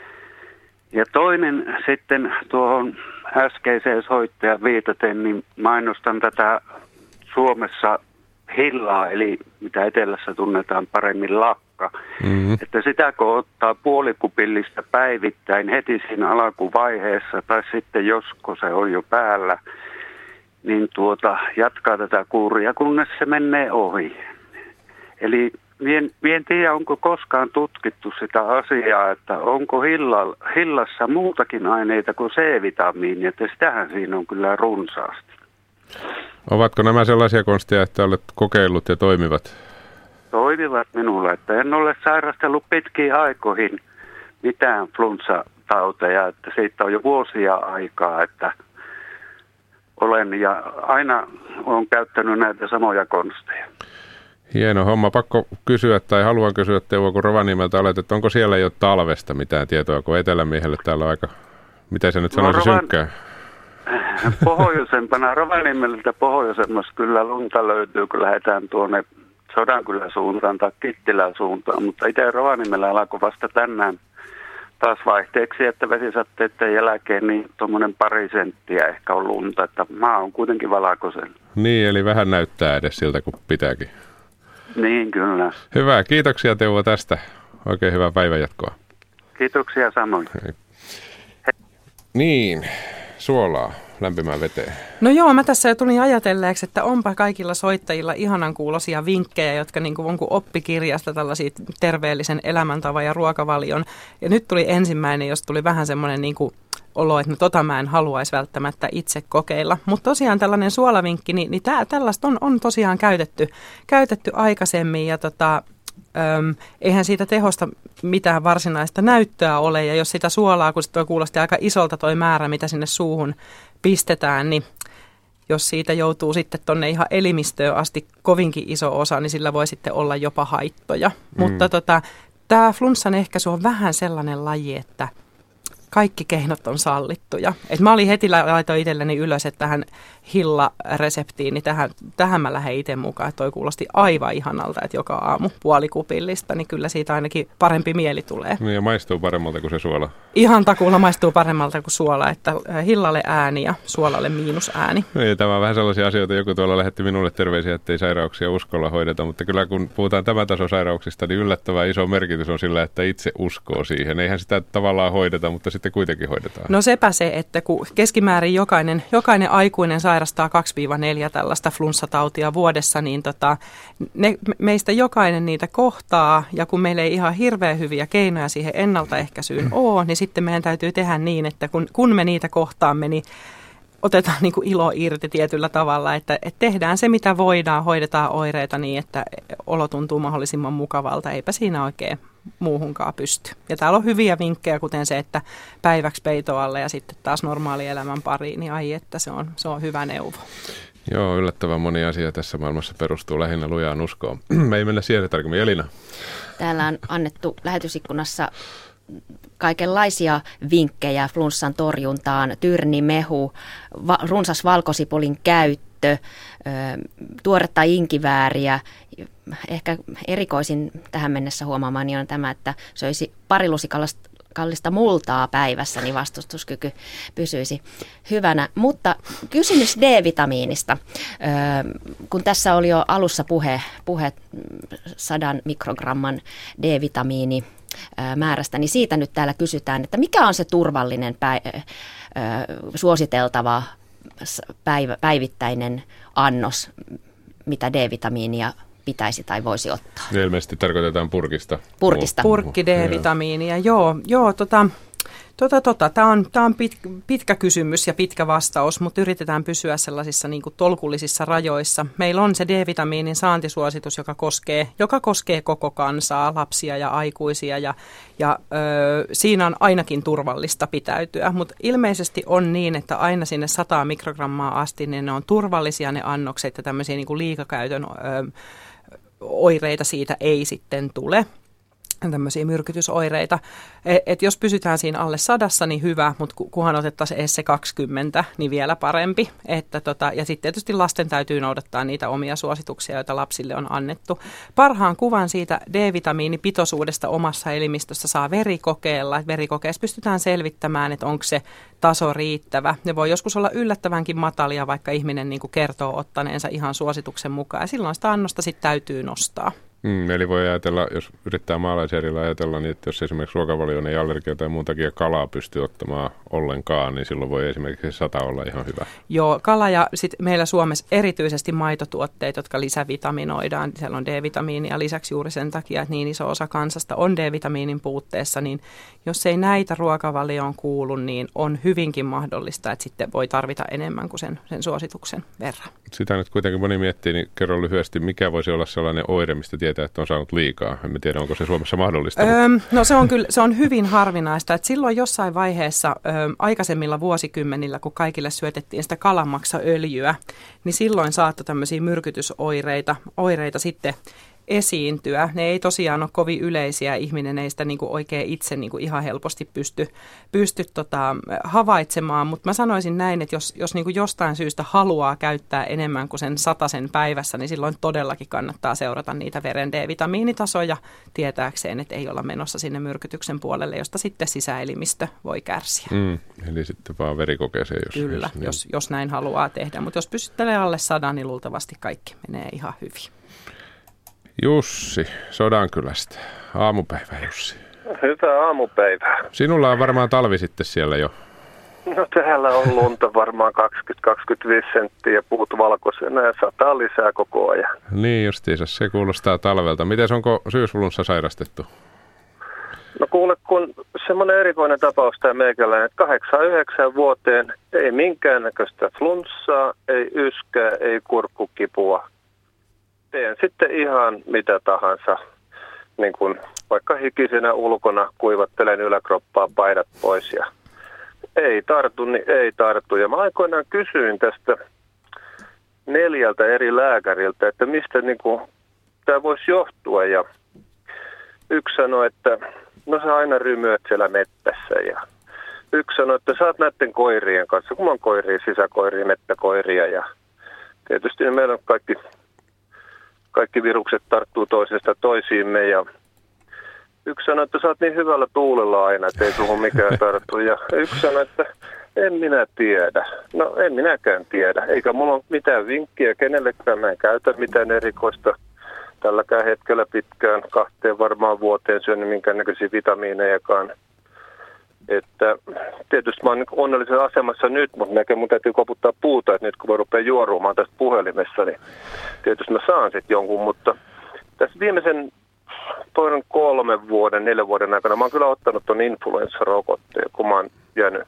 Ja toinen sitten tuohon äskeiseen soittajan viitaten, niin mainostan tätä Suomessa hillaa, eli mitä etelässä tunnetaan paremmin lakka. Mm-hmm. Että sitä kun ottaa puolikupillista päivittäin heti siinä alkuvaiheessa, tai sitten josko se on jo päällä, niin tuota, jatkaa tätä kuuria, kunnes se menee ohi. Eli en, en tiedä, onko koskaan tutkittu sitä asiaa, että onko hilla, hillassa muutakin aineita kuin C-vitamiini, että sitähän siinä on kyllä runsaasti. Ovatko nämä sellaisia konsteja, että olet kokeillut ja toimivat? Toimivat minulla, että en ole sairastellut pitkiin aikoihin mitään flunssatauteja, että siitä on jo vuosia aikaa, että olen ja aina olen käyttänyt näitä samoja konsteja. Hieno homma. Pakko kysyä tai haluan kysyä Teuvo, kun Rovaniemeltä olet, että onko siellä jo talvesta mitään tietoa, kun etelämiehelle täällä on aika, miten se nyt sanoisi, no, Rovan... synkkää? Pohjoisempana, Rovaniemeltä pohjoisemmassa kyllä lunta löytyy, kun lähdetään tuonne Sodankylän suuntaan tai Kittilän suuntaan, mutta itse Rovaniemellä alkoi vasta tänään taas vaihteeksi, että vesisatteiden jälkeen niin tuommoinen pari senttiä ehkä on lunta, että maa on kuitenkin valkoisen. Niin, eli vähän näyttää edes siltä, kuin pitääkin. Niin, kyllä. Hyvä, kiitoksia Teuvo tästä. Oikein hyvää päivänjatkoa. Kiitoksia samoin. Hei. Hei. Niin, suolaa lämpimään veteen. No joo, mä tässä jo tulin ajatelleeksi, että onpa kaikilla soittajilla ihanan kuulosia vinkkejä, jotka niin kuin on kuin oppikirjasta tällaisia terveellisen elämäntavan ja ruokavalion. Ja nyt tuli ensimmäinen, jos tuli vähän semmoinen niin kuin olo, että no tota mä en haluaisi välttämättä itse kokeilla. Mutta tosiaan tällainen suolavinkki, niin, niin tää, tällaista on, on tosiaan käytetty, käytetty aikaisemmin ja tota... Öm, eihän siitä tehosta mitään varsinaista näyttöä ole, ja jos sitä suolaa, kun tuo kuulosti aika isolta toi määrä, mitä sinne suuhun pistetään, niin jos siitä joutuu sitten tonne ihan elimistöön asti kovinkin iso osa, niin sillä voi sitten olla jopa haittoja. Mm. Mutta tota, tämä flunssan ehkäisy on vähän sellainen laji, että kaikki keinot on sallittuja. Et mä olin heti laitoin itselleni ylös, että tähän hilla-reseptiin, niin tähän, tähän mä lähden itse mukaan. Toi kuulosti aivan ihanalta, että joka aamu puolikupillista, niin kyllä siitä ainakin parempi mieli tulee. Niin ja maistuu paremmalta kuin se suola. Ihan takuulla maistuu paremmalta kuin suola, että hillalle ääni ja suolalle miinusääni. Ja tämä on vähän sellaisia asioita, joku tuolla lähetti minulle terveisiä, ettei sairauksia uskolla hoideta, mutta kyllä kun puhutaan tämän tason sairauksista, niin yllättävän iso merkitys on sillä, että itse uskoo siihen. Eihän sitä tavallaan hoideta, mutta sitten kuitenkin hoidetaan. No sepä se, että kun keskimäärin jokainen, jokainen aikuinen sairastaa kaksi neljä tällaista flunssatautia vuodessa, niin tota, ne, meistä jokainen niitä kohtaa, ja kun meillä ei ihan hirveän hyviä keinoja siihen ennaltaehkäisyyn ole, niin sitten meidän täytyy tehdä niin, että kun, kun me niitä kohtaamme, niin otetaan niin kuin ilo irti tietyllä tavalla, että, että tehdään se, mitä voidaan, hoidetaan oireita niin, että olo tuntuu mahdollisimman mukavalta, eipä siinä oikein muuhunkaan pysty. Ja täällä on hyviä vinkkejä, kuten se, että päiväksi peitoalle ja sitten taas normaali elämän pariin, niin ai että se on, se on hyvä neuvo. Joo, yllättävän moni asia tässä maailmassa perustuu lähinnä lujaan uskoon. Me ei mennä siihen tarkemmin. Elina. Täällä on annettu lähetysikkunassa kaikenlaisia vinkkejä flunssan torjuntaan, tyrnimehu, va- runsas valkosipulin käyttö, keitto, tuoretta inkivääriä. Ehkä erikoisin tähän mennessä huomaamani on tämä, että söisi pari lusikallista multaa päivässä, niin vastustuskyky pysyisi hyvänä. Mutta kysymys D-vitamiinista. Kun tässä oli jo alussa puhe, puhe sadan mikrogramman D-vitamiini määrästä, niin siitä nyt täällä kysytään, että mikä on se turvallinen päi- suositeltava päivä, päivittäinen annos, mitä D-vitamiinia pitäisi tai voisi ottaa. Ilmeisesti tarkoitetaan purkista. Purkista. Purkki D-vitamiinia, joo. joo tota, tota, tota. Tämä on, tää on pit, pitkä kysymys ja pitkä vastaus, mutta yritetään pysyä sellaisissa niin kuin tolkullisissa rajoissa. Meillä on se D-vitamiinin saantisuositus, joka koskee, joka koskee koko kansaa, lapsia ja aikuisia, ja, ja ö, siinä on ainakin turvallista pitäytyä. Mutta ilmeisesti on niin, että aina sinne sata mikrogrammaa asti niin ne on turvallisia ne annokset, ja tämmöisiä niin kuin liikakäytön ö, oireita siitä ei sitten tule, tämmöisiä myrkytysoireita. Et, et jos pysytään siinä alle sadassa, niin hyvä, mutta kunhan otettaisiin edes se kaksikymmentä, niin vielä parempi. Että tota, ja sitten tietysti lasten täytyy noudattaa niitä omia suosituksia, joita lapsille on annettu. Parhaan kuvan siitä D-vitamiinipitoisuudesta omassa elimistössä saa verikokeella. Verikokeessa pystytään selvittämään, että onko se taso riittävä. Ne voi joskus olla yllättävänkin matalia, vaikka ihminen niin kuin kertoo ottaneensa ihan suosituksen mukaan. Ja silloin sitä annosta sitten täytyy nostaa. Mm, eli voi ajatella, jos yrittää maalaisjärjellä ajatella, niin että jos esimerkiksi ruokavalioon ei allergia tai muun takia kalaa pysty ottamaan ollenkaan, niin silloin voi esimerkiksi sata olla ihan hyvä. Joo, kala ja sitten meillä Suomessa erityisesti maitotuotteet, jotka lisävitaminoidaan. Siellä on D-vitamiinia lisäksi juuri sen takia, että niin iso osa kansasta on D-vitamiinin puutteessa, niin jos ei näitä ruokavalioon kuulu, niin on hyvinkin mahdollista, että sitten voi tarvita enemmän kuin sen, sen suosituksen verran. Sitä nyt kuitenkin moni miettii, niin kerro lyhyesti, mikä voisi olla sellainen oire, mistä tietää, että on saanut liikaa. En tiedä, onko se Suomessa mahdollista. Öö, no se on kyllä se on hyvin harvinaista. Että silloin jossain vaiheessa ö, aikaisemmilla vuosikymmenillä, kun kaikille syötettiin sitä kalanmaksaöljyä, niin silloin saattoi tämmöisiä myrkytysoireita oireita sitten esiintyä. Ne ei tosiaan ole kovin yleisiä. Ihminen ei sitä niin kuin oikein itse niin kuin ihan helposti pysty, pysty tota, havaitsemaan, mutta mä sanoisin näin, että jos, jos niin kuin jostain syystä haluaa käyttää enemmän kuin sen satasen päivässä, niin silloin todellakin kannattaa seurata niitä veren D-vitamiinitasoja tietääkseen, että ei olla menossa sinne myrkytyksen puolelle, josta sitten sisäelimistö voi kärsiä. Mm, eli sitten vaan verikokeeseen, jos... Kyllä, jos, niin. jos, jos näin haluaa tehdä, mutta jos pysyttelee alle sadan, niin luultavasti kaikki menee ihan hyvin. Jussi Sodankylästä. Aamupäivää, Jussi. Hyvää aamupäivää. Sinulla on varmaan talvi sitten siellä jo. No täällä on lunta varmaan kaksikymmentä kaksikymmentäviisi senttiä ja puut valkoisena ja sataa lisää koko ajan. Niin justiinsa, se kuulostaa talvelta. Miten onko syysflunssa sairastettu? No kuule, kun semmoinen erikoinen tapaus tämä meikäläinen, että kahdeksan yhdeksän vuoteen ei minkäännäköistä flunssaa, ei yskää, ei kurkkukipua. Teen sitten ihan mitä tahansa, niin kuin vaikka hikisenä ulkona kuivattelen yläkroppaa paidat pois ja ei tartu, niin ei tartu. Ja mä aikoinaan kysyin tästä neljältä eri lääkäriltä, että mistä niin kuin tämä voisi johtua. Ja yksi sanoi, että no sä aina rymyät siellä mettässä. Ja yksi sanoi, että sä oot näiden koirien kanssa, kun on koiria, sisäkoiria, mettäkoiria. Ja tietysti meillä on kaikki... Kaikki virukset tarttuu toisesta toisiimme ja yksi sanoi, että sä oot niin hyvällä tuulella aina, että ei suhun mikään tarttu. Ja yksi sanoi, että en minä tiedä. No en minäkään tiedä. Eikä mulla ole mitään vinkkiä kenellekään. Mä en käytä mitään erikoista tälläkään hetkellä pitkään. Kahteen varmaan vuoteen syönyt minkäännäköisiä vitamiinejakaan. Että tietysti mä oon onnellisessa asemassa nyt, mutta näkee mun täytyy koputtaa puuta, että nyt kun mä rupean juorumaan tästä puhelimessa, niin tietysti mä saan sitten jonkun, mutta tässä viimeisen toinen kolmen vuoden, neljän vuoden aikana mä oon kyllä ottanut ton influenssarokotteen, kun mä oon jäänyt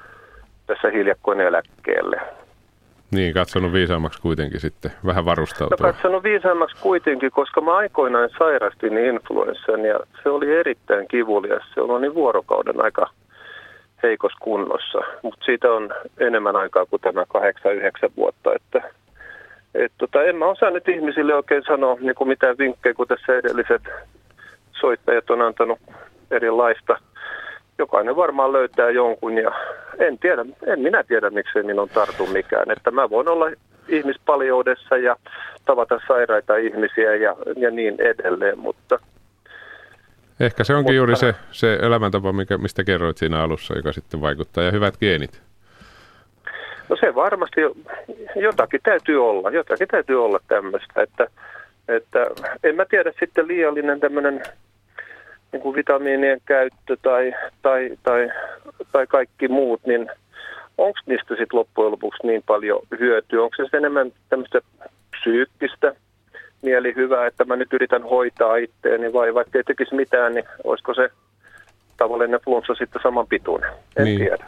tässä hiljakkoin eläkkeelle. Niin, katsonut viisaammaksi kuitenkin sitten, vähän varustautua. No katsonut viisaammaksi kuitenkin, koska mä aikoinaan sairastin influenssan ja se oli erittäin kivulias. Se oli niin vuorokauden aika heikossa kunnossa, mutta siitä on enemmän aikaa kuin tämä kahdeksan yhdeksän vuotta. Että, et tota, en mä osaa nyt ihmisille oikein sanoa niin kuin mitään vinkkejä, kun tässä edelliset soittajat on antanut erilaista. Jokainen varmaan löytää jonkun ja en tiedä, en minä tiedä, miksei minun tartu mikään. Että mä voin olla ihmispaljoudessa ja tavata sairaita ihmisiä ja, ja niin edelleen, mutta... Ehkä se onkin mutta, juuri se, se elämäntapa, mikä, mistä kerroit siinä alussa, joka sitten vaikuttaa, ja hyvät geenit. No se varmasti jotakin täytyy olla, jotakin täytyy olla tämmöistä, että, että en mä tiedä sitten liiallinen tämmöinen niin kuin vitamiinien käyttö tai, tai, tai, tai kaikki muut, niin onko niistä sitten loppujen lopuksi niin paljon hyötyä? Onko se enemmän tämmöistä psyykkistä mielihyvää, että mä nyt yritän hoitaa itteeni vai vaikka ei tekisi mitään, niin olisiko se tavallinen flunssa sitten saman pituinen? En niin. tiedä.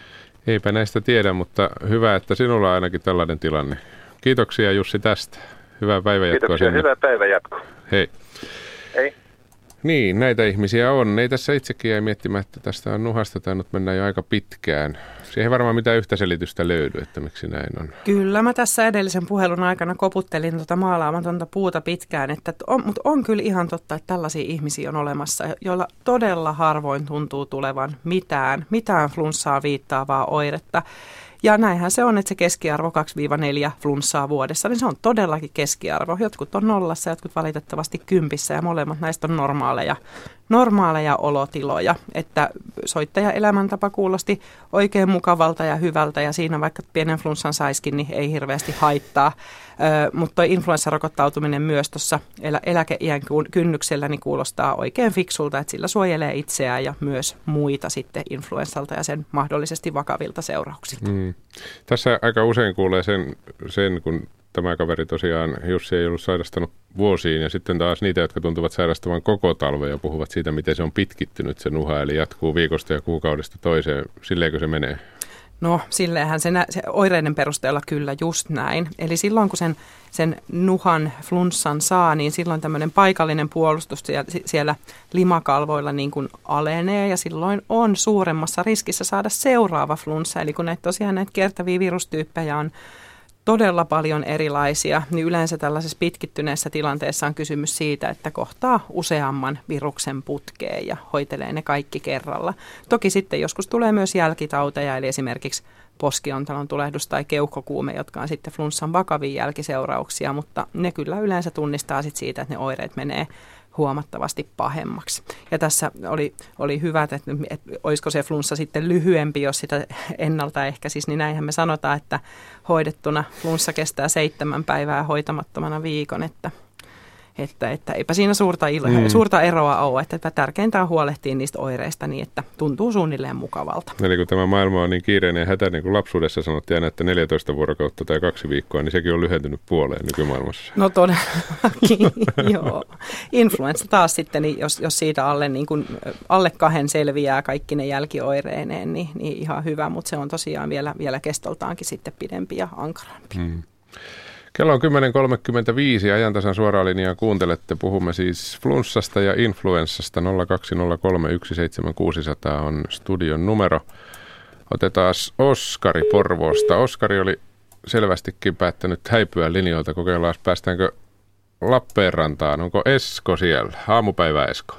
Eipä näistä tiedä, mutta hyvä, että sinulla on ainakin tällainen tilanne. Kiitoksia Jussi tästä. Hyvää päivänjatkoa. Kiitoksia, sinne. Hyvää päivänjatkoa. Hei. Hei. Niin, näitä ihmisiä on. Ei tässä itsekin jäi miettimään, että tästä on nuhasta tainnut mennä jo aika pitkään. Siihen ei varmaan mitään yhtä selitystä löydy, että miksi näin on. Kyllä, mä tässä edellisen puhelun aikana koputtelin tuota maalaamatonta puuta pitkään, että on, mutta on kyllä ihan totta, että tällaisia ihmisiä on olemassa, joilla todella harvoin tuntuu tulevan mitään, mitään flunssaa viittaavaa oiretta. Ja näinhän se on, että se keskiarvo kaksi neljä flunssaa vuodessa, niin se on todellakin keskiarvo. Jotkut on nollassa, jotkut valitettavasti kympissä ja molemmat näistä on normaaleja, normaaleja olotiloja. Että soittaja elämäntapa kuulosti oikein mukavalta ja hyvältä ja siinä vaikka pienen flunssan saiskin, niin ei hirveästi haittaa. Ö, mutta tuo influenssarokottautuminen myös tuossa elä, eläkeiän kynnyksellä niin kuulostaa oikein fiksulta, että sillä suojelee itseään ja myös muita sitten influenssalta ja sen mahdollisesti vakavilta seurauksilta. Mm. Tässä aika usein kuulee sen, sen, kun tämä kaveri tosiaan, Jussi ei ollut sairastanut vuosiin, ja sitten taas niitä, jotka tuntuvat sairastavan koko talven ja puhuvat siitä, miten se on pitkittynyt se nuha, eli jatkuu viikosta ja kuukaudesta toiseen. Silleenkö se menee? No silleenhän se, nä- se oireiden perusteella kyllä just näin. Eli silloin kun sen, sen nuhan flunssan saa, niin silloin tämmöinen paikallinen puolustus siellä, siellä limakalvoilla niin kuin alenee ja silloin on suuremmassa riskissä saada seuraava flunssa. Eli kun näitä tosiaan näitä kiertäviä virustyyppejä on todella paljon erilaisia, niin yleensä tällaisessa pitkittyneessä tilanteessa on kysymys siitä, että kohtaa useamman viruksen putkeen ja hoitelee ne kaikki kerralla. Toki sitten joskus tulee myös jälkitauteja, eli esimerkiksi poskiontalon tulehdus tai keuhkokuume, jotka on sitten flunssan vakavia jälkiseurauksia, mutta ne kyllä yleensä tunnistaa sit siitä, että ne oireet menee huomattavasti pahemmaksi. Ja tässä oli, oli hyvä, että, että olisiko se flunssa sitten lyhyempi, jos sitä ennaltaehkäisisi, niin näinhän me sanotaan, että hoidettuna flunssa kestää seitsemän päivää ja hoitamattomana viikon, että Että, että eipä siinä suurta, il- mm. suurta eroa ole, että tärkeintä on huolehtia niistä oireista niin, että tuntuu suunnilleen mukavalta. Eli kun tämä maailma on niin kiireinen ja hätäinen, kun lapsuudessa sanottiin aina, että neljätoista vuorokautta tai kaksi viikkoa, niin sekin on lyhentynyt puoleen nykymaailmassa. No todellakin, joo. Influenssa taas sitten, niin jos, jos siitä alle, niin kun, alle kahden selviää kaikki ne jälkioireineen, niin, niin ihan hyvä, mutta se on tosiaan vielä, vielä kestoltaankin sitten pidempi ja ankarampi. Mm. Kello on kymmenen kolmekymmentäviisi, ajantasan suoraan linjaa kuuntelette. Puhumme siis flunssasta ja influenssasta. nolla kaksi nolla kolme yksi seitsemän kuusi nolla nolla on studion numero. Otetaan Oskari Porvoosta. Oskari oli selvästikin päättänyt häipyä linjoilta. Kokeillaan, päästäänkö Lappeenrantaan. Onko Esko siellä? Aamupäivä Esko.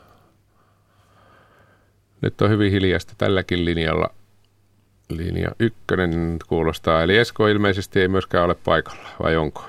Nyt on hyvin hiljaista tälläkin linjalla. Linja ykkönen kuulostaa, eli Esko ilmeisesti ei myöskään ole paikalla, vai onko?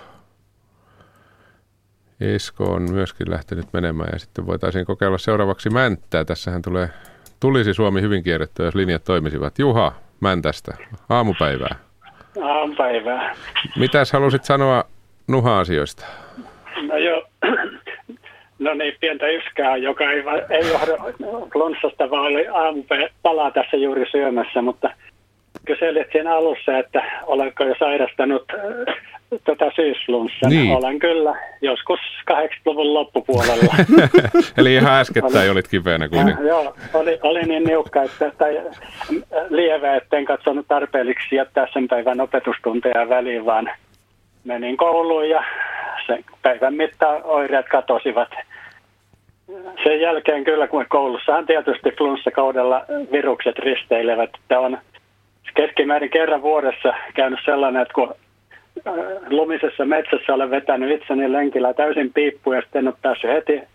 Esko on myöskin lähtenyt menemään ja sitten voitaisiin kokeilla seuraavaksi Mänttää. Tässähän tulee, tulisi Suomi hyvin kierrettyä, jos linjat toimisivat. Juha Mäntästä, aamupäivää. Aamupäivää. Mitäs halusit sanoa nuha-asioista? No joo, no niin, pientä yskää, joka ei, ei johdu flunssasta, vaan oli aamupalaa tässä juuri syömässä, mutta kyselit siinä alussa, että olenko jo sairastanut äh, tätä syysflunssaa. Niin. Olen kyllä, joskus kahdeksankymmentäluvun loppupuolella. Eli ihan äskettäin olit kipeänä kuitenkin. Äh, joo, oli, oli niin niukka, että, tai lievä, etten katsonut tarpeelliksi jättää sen päivän opetustunteja väliin, vaan menin kouluun ja sen päivän mittaan oireet katosivat. Sen jälkeen kyllä, kun koulussahan tietysti flunssakaudella virukset risteilevät, että on keskimäärin kerran vuodessa käynyt sellainen, että kun lumisessa metsässä olen vetänyt itseni lenkillä täysin piippuun ja sitten en ole päässyt heti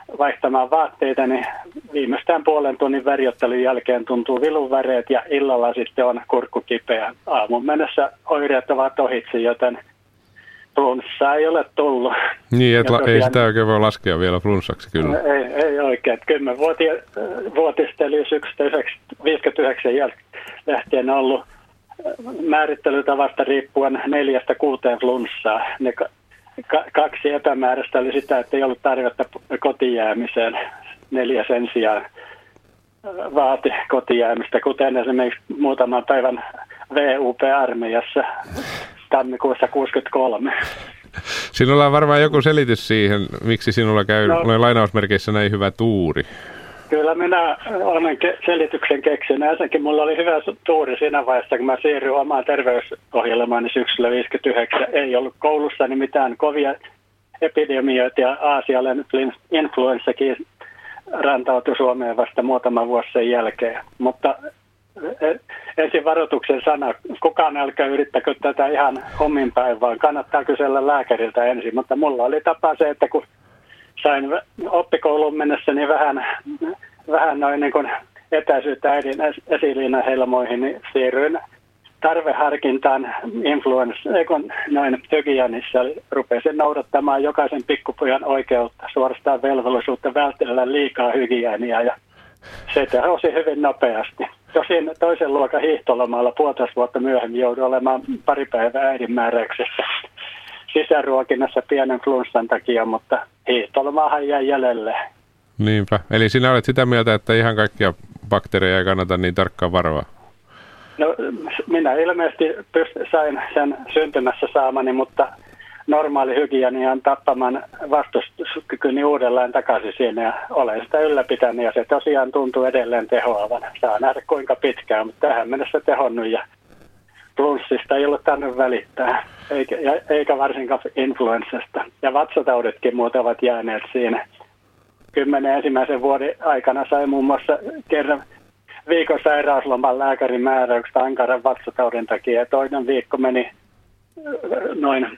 vaihtamaan vaatteita, niin viimeistään puolen tunnin värjottelun jälkeen tuntuu vilunväreet ja illalla sitten on kurkku kipeä. Aamun mennessä oireet ovat ohitse, joten flunssaa ei ole tullut. Niin, et la, tosiaan, ei sitä oikein voi laskea vielä flunssaksi kyllä. Ei, ei oikein. Kymmenvuotista eli syksystä viisikymmentäyhdeksän jälkeen lähtien on ollut määrittelytavasta riippuen neljästä kuuteen flunssaa. Ne ka- kaksi epämääräistä oli sitä, että ei ollut tarvetta kotijäämiseen. Neljä sen sijaan vaati kotijäämistä, kuten esimerkiksi muutaman päivän V U P-armeijassa tammikuussa kuusikymmentäkolme. Sinulla on varmaan joku selitys siihen, miksi sinulla käy no, lainausmerkeissä näin hyvä tuuri. Kyllä minä olen ke- selityksen keksinyt. Ensinnäkin mulla oli hyvä tuuri siinä vaiheessa, kun mä siirryin omaan terveysohjelmaani syksyllä viisikymmentäyhdeksän. Ei ollut koulussani mitään kovia epidemioita ja aasialainen influenssakin rantautui Suomeen vasta muutama vuosi sen jälkeen. Mutta ensin varoituksen sana, kukaan älkää yrittäkö tätä ihan omin päin, vaan kannattaa kysellä lääkäriltä ensin. Mutta mulla oli tapa se, että kun sain oppikouluun mennessä niin vähän, vähän noin niin kuin etäisyyttä äidin esiliinahelmoihin, niin siirryin tarveharkintaan influenssa, noin hygienissa. Rupesin noudattamaan jokaisen pikkupojan oikeutta, suorastaan velvollisuutta vältellä liikaa hygieniaa ja se tehosi hyvin nopeasti. Tosin toisen luokan hiihtolomalla puolitoista vuotta myöhemmin joudun olemaan pari päivää äidinmääräyksessä sisäruokinnassa pienen flunssan takia, mutta hiihtolomaahan jäi jäljelle. Niinpä. Eli sinä olet sitä mieltä, että ihan kaikkia bakteereja ei kannata niin tarkkaan varoa? No minä ilmeisesti pyst- sain sen syntymässä saamani, mutta normaali hygienian tappaman vastustuskykyni uudelleen takaisin siinä ja olen sitä ylläpitänyt ja se tosiaan tuntuu edelleen tehoavan. Saa nähdä kuinka pitkään, mutta tähän mennessä tehonnut ja flunssista ei ollut tarvinnut välittää, eikä, eikä varsinkaan influenssasta. Ja vatsatauditkin muuten ovat jääneet siinä. Kymmenen ensimmäisen vuoden aikana sai muun muassa kerran viikon sairausloman lääkärin määräyksestä ankaran vatsataudin takia ja toinen viikko meni noin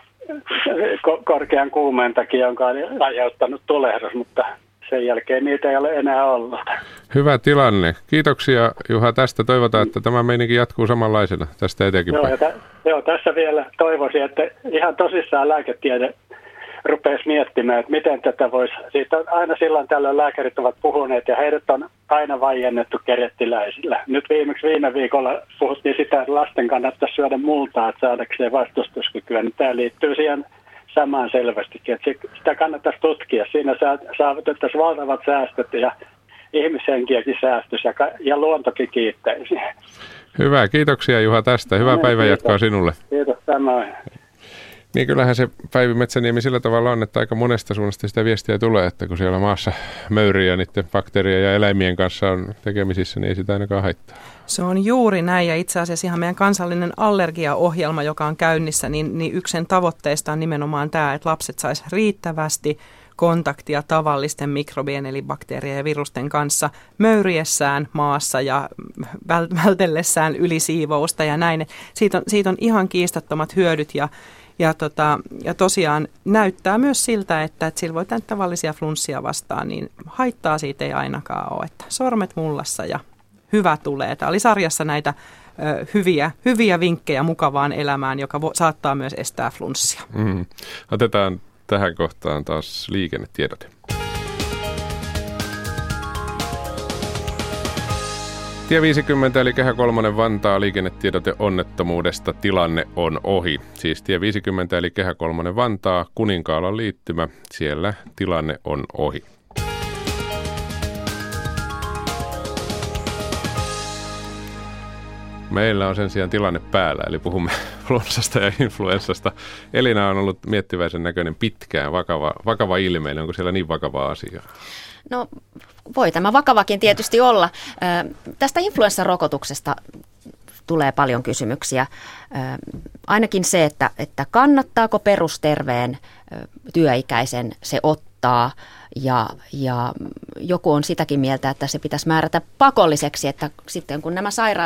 korkean kuumeen takia, jonka on aiheuttanut tulehdus, mutta sen jälkeen niitä ei ole enää ollut. Hyvä tilanne. Kiitoksia Juha tästä. Toivotaan, että tämä meininki jatkuu samanlaisena tästä eteenkin. Joo, t- joo, tässä vielä toivoisin, että ihan tosissaan lääketiede rupesi miettimään, että miten tätä voisi. Siitä on aina silloin tällöin lääkärit ovat puhuneet ja heidät on aina vaiennettu kerettiläisillä. Nyt viimeksi viime viikolla puhuttiin sitä, että lasten kannattaisi syödä multaa, että saadakseen vastustuskykyä. Niin tämä liittyy siihen samaan selvästikin, että sitä kannattaisi tutkia. Siinä saavutettaisiin valtavat säästöt ja ihmishenkiäkin säästössä ja, ja luontokin kiittäisi. Hyvä, kiitoksia Juha tästä. Hyvää päivänjatkoa sinulle. Kiitos, samoin. Niin kyllähän se Päivi Metsäniemi sillä tavalla on, että aika monesta suunnasta sitä viestiä tulee, että kun siellä maassa möyriä ja niiden bakteerien ja eläimien kanssa on tekemisissä, niin ei sitä ainakaan haittaa. Se on juuri näin ja itse asiassa ihan meidän kansallinen allergiaohjelma, joka on käynnissä, niin, niin yksi sen tavoitteista on nimenomaan tämä, että lapset sais riittävästi kontaktia tavallisten mikrobien eli bakteerien ja virusten kanssa möyriessään maassa ja vältellessään ylisiivousta ja näin. Siitä on, siitä on ihan kiistattomat hyödyt ja Ja, tota, ja tosiaan näyttää myös siltä, että, että sillä voi tämän tavallisia flunssia vastaan, niin haittaa siitä ei ainakaan ole. Että sormet mullassa ja hyvä tulee. Tämä oli sarjassa näitä ö, hyviä, hyviä vinkkejä mukavaan elämään, joka vo, saattaa myös estää flunssia. Mm. Otetaan tähän kohtaan taas liikennetiedote. Tie viisikymmentä eli Kehä kolmonen Vantaa liikennetiedote onnettomuudesta tilanne on ohi. Siis tie viisikymmentä eli Kehä kolmonen Vantaa Kuninkaalan liittymä, siellä tilanne on ohi. Meillä on sen sijaan tilanne päällä, eli puhumme flunssasta ja influenssasta. Elina on ollut miettiväisen näköinen pitkään, vakava, vakava ilmeinen. Onko siellä niin vakavaa asiaa? No voi tämä vakavakin tietysti olla. Tästä influenssarokotuksesta tulee paljon kysymyksiä. Ainakin se, että, että kannattaako perusterveen työikäisen se ottaa ja, ja joku on sitäkin mieltä, että se pitäisi määrätä pakolliseksi, että sitten kun nämä saira,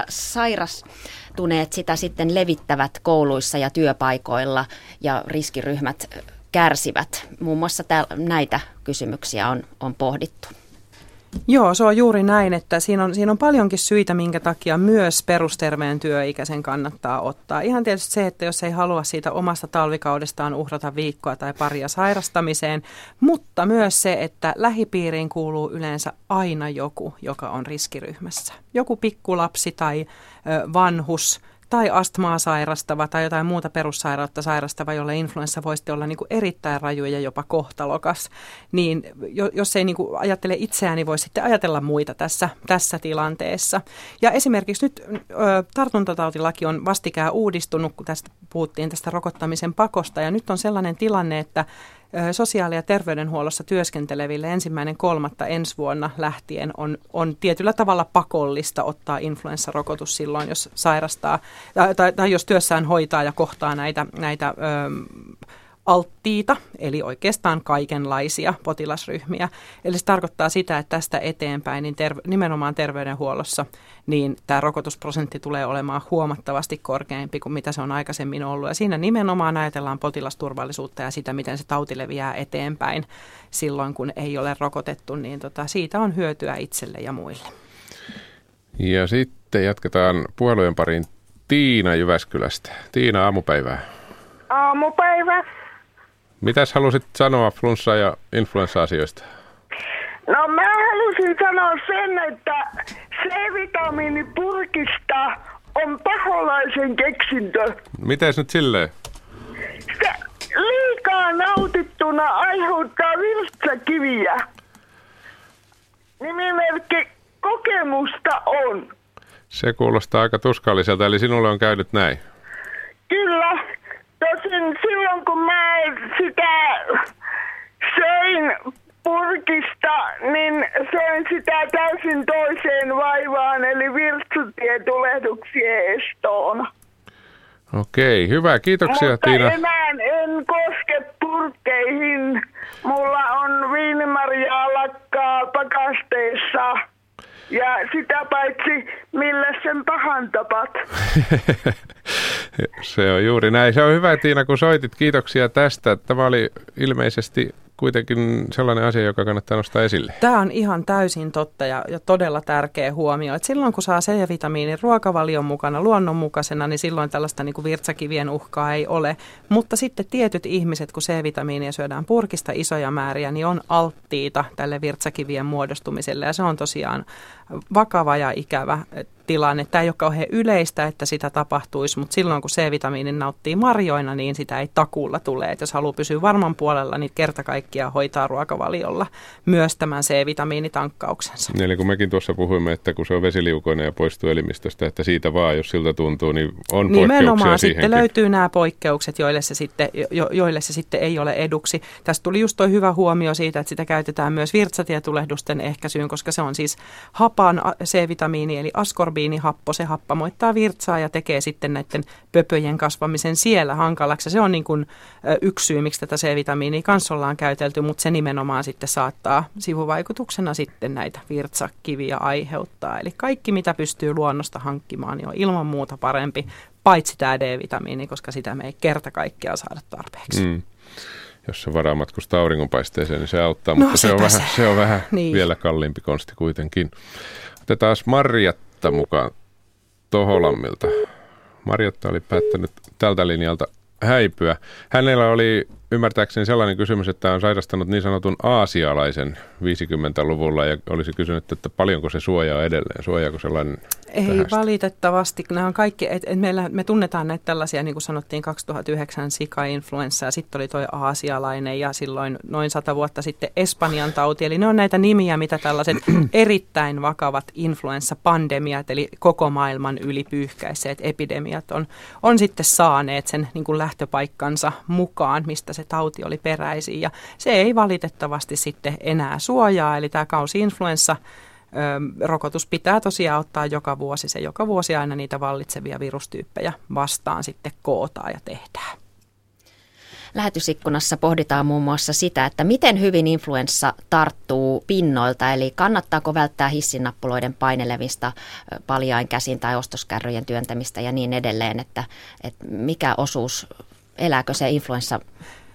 sairastuneet sitä sitten levittävät kouluissa ja työpaikoilla ja riskiryhmät kärsivät. Muun muassa täl, näitä kysymyksiä on, on pohdittu. Joo, se on juuri näin, että siinä on, siinä on paljonkin syitä, minkä takia myös perusterveen työikäisen kannattaa ottaa. Ihan tietysti se, että jos ei halua siitä omasta talvikaudestaan uhrata viikkoa tai paria sairastamiseen, mutta myös se, että lähipiiriin kuuluu yleensä aina joku, joka on riskiryhmässä. Joku pikkulapsi tai ö, vanhus tai astmaa sairastava tai jotain muuta perussairautta sairastava, jolle influenssa voisi olla niin kuin erittäin raju ja jopa kohtalokas, niin jos ei niin kuin ajattele itseään, niin voi sitten ajatella muita tässä, tässä tilanteessa. Ja esimerkiksi nyt ö, tartuntatautilaki on vastikään uudistunut, kun tästä puhuttiin tästä rokottamisen pakosta, ja nyt on sellainen tilanne, että sosiaali- ja terveydenhuollossa työskenteleville ensimmäinen kolmatta ensi vuonna lähtien on, on tietyllä tavalla pakollista ottaa influenssarokotus silloin, jos sairastaa tai, tai, tai jos työssään hoitaa ja kohtaa näitä, näitä ö, alttiita, eli oikeastaan kaikenlaisia potilasryhmiä. Eli se tarkoittaa sitä, että tästä eteenpäin niin terve, nimenomaan terveydenhuollossa niin tämä rokotusprosentti tulee olemaan huomattavasti korkeampi kuin mitä se on aikaisemmin ollut. Ja siinä nimenomaan ajatellaan potilasturvallisuutta ja sitä, miten se tauti leviää eteenpäin silloin, kun ei ole rokotettu, niin tota, siitä on hyötyä itselle ja muille. Ja sitten jatketaan puhelujen pariin Tiina Jyväskylästä. Tiina, aamupäivää. Aamupäivä. Mitäs halusit sanoa flunssa- ja influenssa-asioista? No mä halusin sanoa sen, että C-vitamiinipurkista on paholaisen keksintö. Mites nyt silleen? Se liikaa nautittuna aiheuttaa virtsakiviä. Nimimerkki kokemusta on. Se kuulostaa aika tuskalliselta, eli sinulle on käynyt näin. Kyllä. Tosin silloin kun mä sitä söin purkista, niin söin sitä täysin toiseen vaivaan, eli virtsutietulehduksen estoon. Okei, hyvä. Kiitoksia, Mutta Tiina. Mutta enää en koske purkkeihin. Mulla on viinimarjaa lakkaa pakasteessa. Ja sitä paitsi, millä sen pahan tapat. Se on juuri näin. Se on hyvä, Tiina, kun soitit. Kiitoksia tästä. Tämä oli ilmeisesti kuitenkin sellainen asia, joka kannattaa nostaa esille. Tämä on ihan täysin totta ja, ja todella tärkeä huomio. Että silloin kun saa C-vitamiinin ruokavalion mukana luonnonmukaisena, niin silloin tällaista niin kuin virtsakivien uhkaa ei ole. Mutta sitten tietyt ihmiset, kun C-vitamiinia syödään purkista isoja määriä, niin on alttiita tälle virtsakivien muodostumiselle. Ja se on tosiaan vakava ja ikävä tilanne. Tämä ei ole kauhean yleistä, että sitä tapahtuisi, mutta silloin kun C-vitamiinin nauttii marjoina, niin sitä ei takuulla tule. Et jos haluaa pysyä varman puolella, niin kerta kaikkiaan hoitaa ruokavaliolla myös tämän C-vitamiinitankkauksensa. Eli kun mekin tuossa puhuimme, että kun se on vesiliukoinen ja poistuu elimistöstä, että siitä vaan, jos siltä tuntuu, niin on poikkeuksia nimenomaan siihenkin. Sitten löytyy nämä poikkeukset, joille se, sitten, jo, joille se sitten ei ole eduksi. Tästä tuli just tuo hyvä huomio siitä, että sitä käytetään myös virtsatietulehdusten ehkäisyyn, koska se on siis hapan C-vitamiini eli askorbiinihappo. Se happamoittaa virtsaa ja tekee sitten näiden pöpöjen kasvamisen siellä hankalaksi. Se on niin kuin yksi syy, miksi tätä C-vitamiinia kanssa ollaan käytelty, mutta se nimenomaan sitten saattaa sivuvaikutuksena sitten näitä virtsakiviä aiheuttaa. Eli kaikki, mitä pystyy luonnosta hankkimaan, niin on ilman muuta parempi, paitsi tämä D-vitamiini, koska sitä me ei kerta kaikkiaan saada tarpeeksi. Mm. Jos se varaa matkustaa auringonpaisteeseen, niin se auttaa, no, mutta se on, vähän, se on vähän niin. vielä kalliimpi konsti kuitenkin. Otetaan Marjatta mukaan Toholammilta. Marjatta oli päättänyt tältä linjalta häipyä. Hänellä oli ymmärtääkseni sellainen kysymys, että on sairastanut niin sanotun aasialaisen viisikymmentäluvulla ja olisi kysynyt, että paljonko se suojaa edelleen, suojaako sellainen Ei tähästä? Valitettavasti. Nämä on kaikki, et, et meillä, me tunnetaan näitä tällaisia, niin kuin sanottiin kaksituhattayhdeksän sika-influenssa ja sitten oli toi aasialainen ja silloin noin sata vuotta sitten Espanjan tauti. Eli ne on näitä nimiä, mitä tällaiset erittäin vakavat influenssapandemiat, eli koko maailman ylipyyhkäiseet epidemiat on, on sitten saaneet sen niin kuin lähtöpaikkansa mukaan, mistä se tauti oli peräisin ja se ei valitettavasti sitten enää suojaa, eli tämä kausi-influenssa rokotus pitää tosiaan ottaa joka vuosi, se joka vuosi aina niitä vallitsevia virustyyppejä vastaan sitten kootaan ja tehdään. Lähetysikkunassa pohditaan muun muassa sitä, että miten hyvin influenssa tarttuu pinnoilta, eli kannattaako välttää hissinappuloiden painelevista paljain käsin tai ostoskärryjen työntämistä ja niin edelleen, että, että mikä osuus, elääkö se influenssa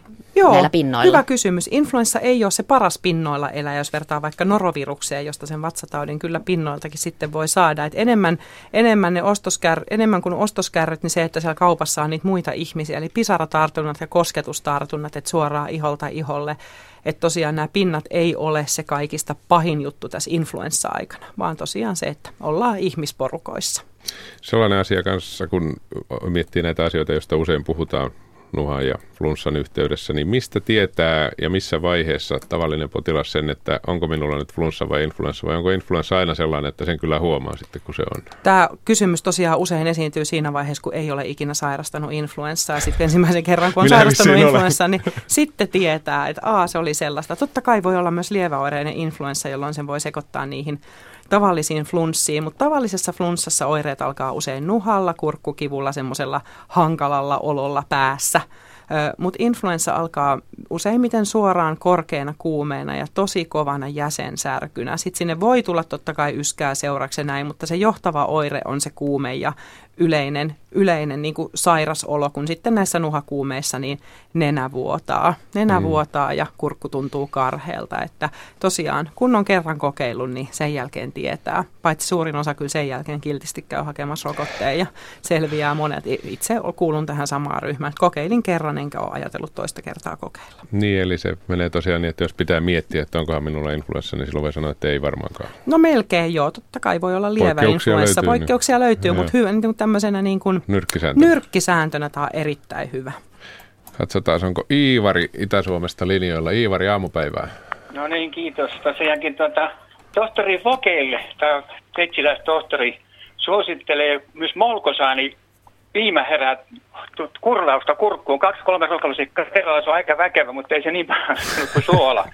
Joo, näillä pinnoilla? Hyvä kysymys. Influenssa ei ole se paras pinnoilla eläjä, jos vertaa vaikka norovirukseen, josta sen vatsataudin kyllä pinnoiltakin sitten voi saada. Et enemmän, enemmän, ne ostoskär, enemmän kuin ostoskärryt, niin se, että siellä kaupassa on niitä muita ihmisiä, eli pisaratartunnat ja kosketustartunnat, että suoraan iholta iholle. Että tosiaan nämä pinnat ei ole se kaikista pahin juttu tässä influenssa-aikana, vaan tosiaan se, että ollaan ihmisporukoissa. Sellainen asia kanssa, kun miettii näitä asioita, joista usein puhutaan nuhan ja flunssan yhteydessä, niin mistä tietää ja missä vaiheessa tavallinen potilas sen, että onko minulla nyt flunssa vai influenssa, vai onko influenssa aina sellainen, että sen kyllä huomaa sitten, kun se on? Tämä kysymys tosiaan usein esiintyy siinä vaiheessa, kun ei ole ikinä sairastanut influenssaa. Sitten ensimmäisen kerran, kun on Minä sairastanut influenssaa, niin sitten tietää, että aa, se oli sellaista. Totta kai voi olla myös lieväoireinen influenssa, jolloin sen voi sekoittaa niihin tavallisiin flunssiin, mutta tavallisessa flunssassa oireet alkaa usein nuhalla, kurkkukivulla, semmoisella hankalalla ololla päässä. Mutta influenssa alkaa useimmiten suoraan korkeana kuumeena ja tosi kovana jäsensärkynä. Sitten sinne voi tulla totta kai yskää seuraksi näin, mutta se johtava oire on se kuume ja yleinen, yleinen niin kuin sairas olo, kun sitten näissä nuhakuumeissa niin nenä vuotaa. Nenä mm. vuotaa ja kurkku tuntuu karheelta. Että tosiaan, kun on kerran kokeillut, niin sen jälkeen tietää. Paitsi suurin osa kyllä sen jälkeen kiltisti käy hakemassa rokotteen ja selviää monet. Itse kuulun tähän samaan ryhmään. Kokeilin kerran, enkä ole ajatellut toista kertaa kokeilla. Niin, eli se menee tosiaan niin, että jos pitää miettiä, että onkohan minulla influenssa, niin silloin voi sanoa, että ei varmaankaan. No melkein joo. Totta kai voi olla lievä influenssa. Löytyy, Poikkeuksia niin. löytyy, mutta hyvä, niin tämmöisenä niin kuin nyrkkisääntönä. nyrkkisääntönä tämä on erittäin hyvä. Katsotaan, onko Iivari Itä-Suomesta linjoilla. Iivari, aamupäivää. No niin, kiitos. Tosiaankin tuota, tohtori Vokeille, tämä sveitsiläistohtori, suosittelee myös molkosaani piimäherät kurlausta kurkkuun. Kaksi kolme rokalusikkaa terveys on aika väkevä, mutta ei se niin paljon kuin suola.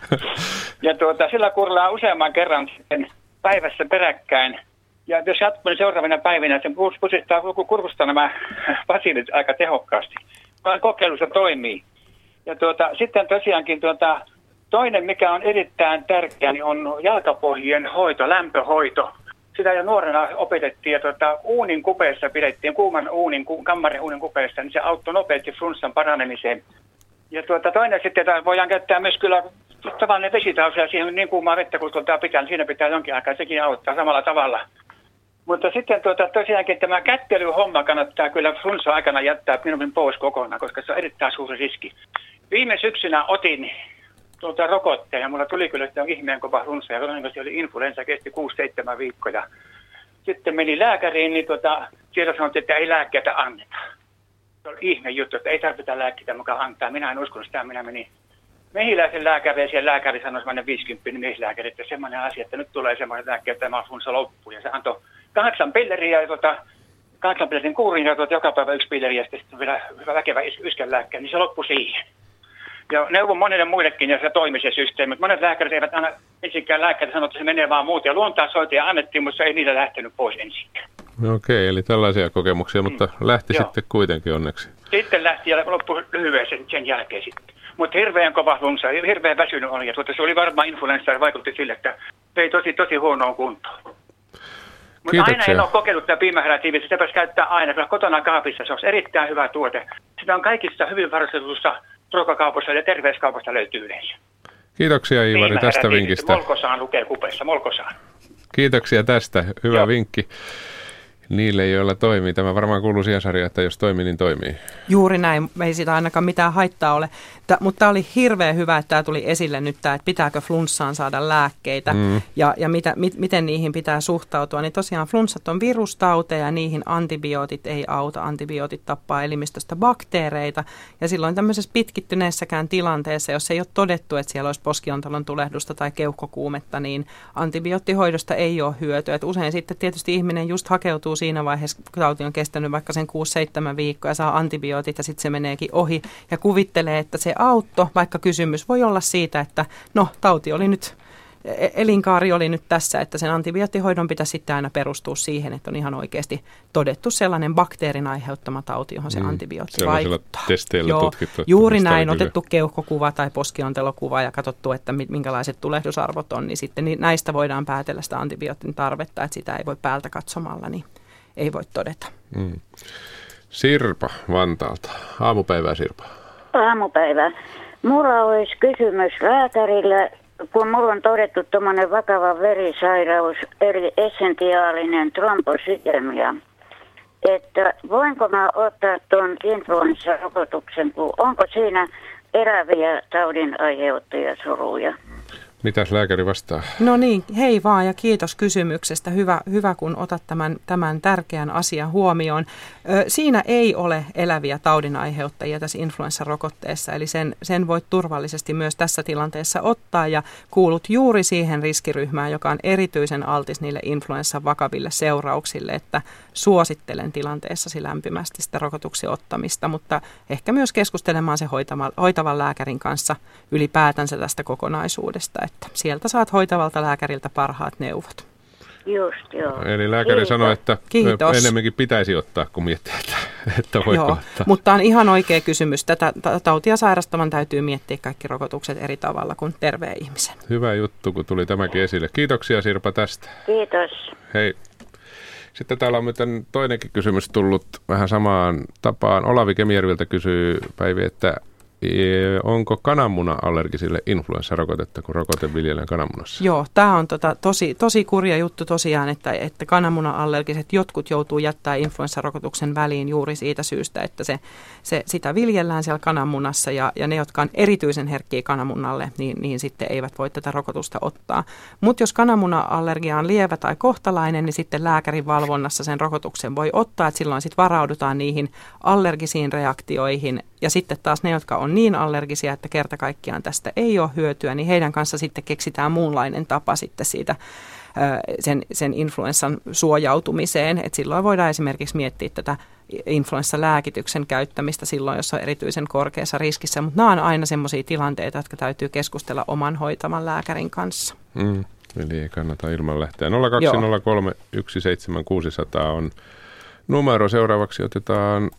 Ja tuota, sillä kurlaa useamman kerran sitten päivässä peräkkäin. Ja jos jatkuu, niin seuraavina päivinä sen pusittaa kurkusta nämä basiilit aika tehokkaasti. Kokeilussa toimii. Ja tuota, sitten tosiaankin tuota, toinen, mikä on erittäin tärkeä, niin on jalkapohjien hoito, lämpöhoito. Sitä jo nuorena opetettiin ja tuota, uunin kupeessa pidettiin, kuuman uunin, kammarin uunin kupeessa, niin se auttoi nopeasti flunssan paranemiseen. Ja tuota, toinen sitten voidaan käyttää myös kyllä tavallinen vesitausi ja siihen niin kuumaa vettä, kun tuolta pitää, niin siinä pitää jonkin aikaa, sekin auttaa samalla tavalla. Mutta sitten tuota, tosiaankin tämä kättelyhomma kannattaa kyllä flunssa aikana jättää minun pois kokonaan, koska se on erittäin suuri riski. Viime syksynä otin tuota rokotteen ja mulla tuli kyllä että on ihmeen kova flunssa ja todennäköisesti oli influenssa, kesti kuusi seitsemän viikkoja. Sitten meni lääkäriin, niin tuota, siellä sanottiin, että ei lääkkeitä anneta. Se oli ihme juttu, että ei tarvita lääkkeitä mukaan antaa. Minä en uskonut sitä, minä menin mehiläisen lääkäriin ja siellä lääkäri sanoi, semmoinen viisikymppinen miehislääkäri, että semmoinen asia, että nyt tulee semmoinen lääke, että tämä flunssa loppuu. Ja se antoi kahdeksan pilleriä ja tuota, kahdeksan pillerin kuurin ja tuota, joka päivä yksi pilleri ja sitten vielä hyvä väkevä yskänlääkkeä, niin se loppui siihen. Ja neuvon monille muillekin, ja se toimi se systeemi. Monet lääkärit eivät aina ensinkään lääkärit sanoa, että se menee vaan muuten. Ja luontaishoitaja annettiin, mutta se ei niillä lähtenyt pois ensinkään. Okei, eli tällaisia kokemuksia, mutta mm. lähti Joo. sitten kuitenkin onneksi. Sitten lähti ja loppui lyhyen sen, sen jälkeen sitten. Mutta hirveän kova flunssa, hirveän väsynyt oli. Ja tuota, se oli varmaan influenssa ja vaikutti sille, että vei tosi, tosi huonoon kuntoon. Mutta aina en ole kokeillut tätä piimäheratiivistä, sitä pitäisi käyttää aina. Kyllä kotona kaapissa se on erittäin hyvä tuote. Sitä on kaikissa hyvin varustetussa ruokakaupassa ja terveyskaupasta löytyy yleensä. Kiitoksia Iivari tästä vinkistä. Molkosaan lukee kupeessa, molkosaan. Kiitoksia tästä, hyvä Joo. vinkki. Niille, joilla toimii. Tämä varmaan kuuluu siihen sarjaan, että jos toimii, niin toimii. Juuri näin. Ei siitä ainakaan mitään haittaa ole. T- mutta tämä oli hirveän hyvä, että tämä tuli esille nyt, tämä, että pitääkö flunssaan saada lääkkeitä mm. ja, ja mitä, mit, miten niihin pitää suhtautua. Niin tosiaan flunssat on virustauteja ja niihin antibiootit ei auta. Antibiootit tappaa elimistöstä bakteereita. Ja silloin tämmöisessä pitkittyneessäkään tilanteessa, jos ei ole todettu, että siellä olisi poskiontalon tulehdusta tai keuhkokuumetta, niin antibioottihoidosta ei ole hyötyä. Et usein sitten tietysti ihminen just hakeutuu siinä vaiheessa, kun tauti on kestänyt vaikka sen kuusi seitsemän viikkoa ja saa antibiootit ja sitten se meneekin ohi ja kuvittelee, että se auttoi, vaikka kysymys voi olla siitä, että no tauti oli nyt, elinkaari oli nyt tässä, että sen antibioottihoidon pitäisi sitten aina perustua siihen, että on ihan oikeasti todettu sellainen bakteerin aiheuttama tauti, johon se mm, antibiootti vaikuttaa. Testeillä Joo, tutkittu. Juuri näin, otettu keuhkokuva tai poskiontelokuva ja katsottu, että minkälaiset tulehdusarvot on, niin sitten niin näistä voidaan päätellä sitä antibiootin tarvetta, että sitä ei voi päältä katsomalla, niin ei voi todeta. Mm. Sirpa Vantaalta. Aamupäivää Sirpa. aamupäivää. Mulla olisi kysymys lääkärille, kun mulla on todettu tuommoinen vakava verisairaus, eli essentiaalinen trombosidemia. Että voinko mä ottaa tuon influenssarokotuksen, kun onko siinä eläviä taudin aiheuttajia soluja? Mitäs lääkäri vastaa? No niin, hei vaan ja kiitos kysymyksestä. Hyvä, hyvä kun otat tämän, tämän tärkeän asian huomioon. Ö, siinä ei ole eläviä taudinaiheuttajia tässä influenssarokotteessa, eli sen, sen voit turvallisesti myös tässä tilanteessa ottaa ja kuulut juuri siihen riskiryhmään, joka on erityisen altis niille influenssan vakaville seurauksille, että suosittelen tilanteessasi lämpimästi sitä rokotuksen ottamista, mutta ehkä myös keskustelemaan se hoitavan, hoitavan lääkärin kanssa ylipäätänsä tästä kokonaisuudesta. Että sieltä saat hoitavalta lääkäriltä parhaat neuvot. Just joo. Eli lääkäri Kiitos. sanoi, että Kiitos. enemmänkin pitäisi ottaa, kun miettii, että, että voiko joo, ottaa. Mutta on ihan oikea kysymys. Tätä tautia sairastavan täytyy miettiä kaikki rokotukset eri tavalla kuin terveen ihmisen. Hyvä juttu, kun tuli tämäkin esille. Kiitoksia Sirpa tästä. Kiitos. Hei. Sitten täällä on muuten toinenkin kysymys tullut vähän samaan tapaan. Olavi Kemijärviltä kysyy Päivi, että onko kananmuna-allergisille influenssarokotetta, kun rokote viljellään kananmunassa? Joo, tämä on tota, tosi, tosi kurja juttu tosiaan, että, että kananmuna-allergiset jotkut joutuu jättää influenssarokotuksen väliin juuri siitä syystä, että se, se, sitä viljellään siellä kananmunassa ja, ja ne, jotka on erityisen herkkiä kananmunalle, niin, niin sitten eivät voi tätä rokotusta ottaa. Mutta jos kananmuna-allergia on lievä tai kohtalainen, niin sitten lääkärin valvonnassa sen rokotuksen voi ottaa, että silloin sitten varaudutaan niihin allergisiin reaktioihin ja sitten taas ne, jotka on niin allergisia, että kerta kaikkiaan tästä ei ole hyötyä, niin heidän kanssa sitten keksitään muunlainen tapa sitten siitä sen, sen influenssan suojautumiseen. Et silloin voidaan esimerkiksi miettiä tätä influenssalääkityksen käyttämistä silloin, jos on erityisen korkeassa riskissä, mutta nämä on aina semmoisia tilanteita, jotka täytyy keskustella oman hoitavan lääkärin kanssa. Mm, eli ei kannata ilman lähteä. nolla kaksi nolla kolme yksi seitsemän kuusi nolla nolla on numero. Seuraavaksi otetaan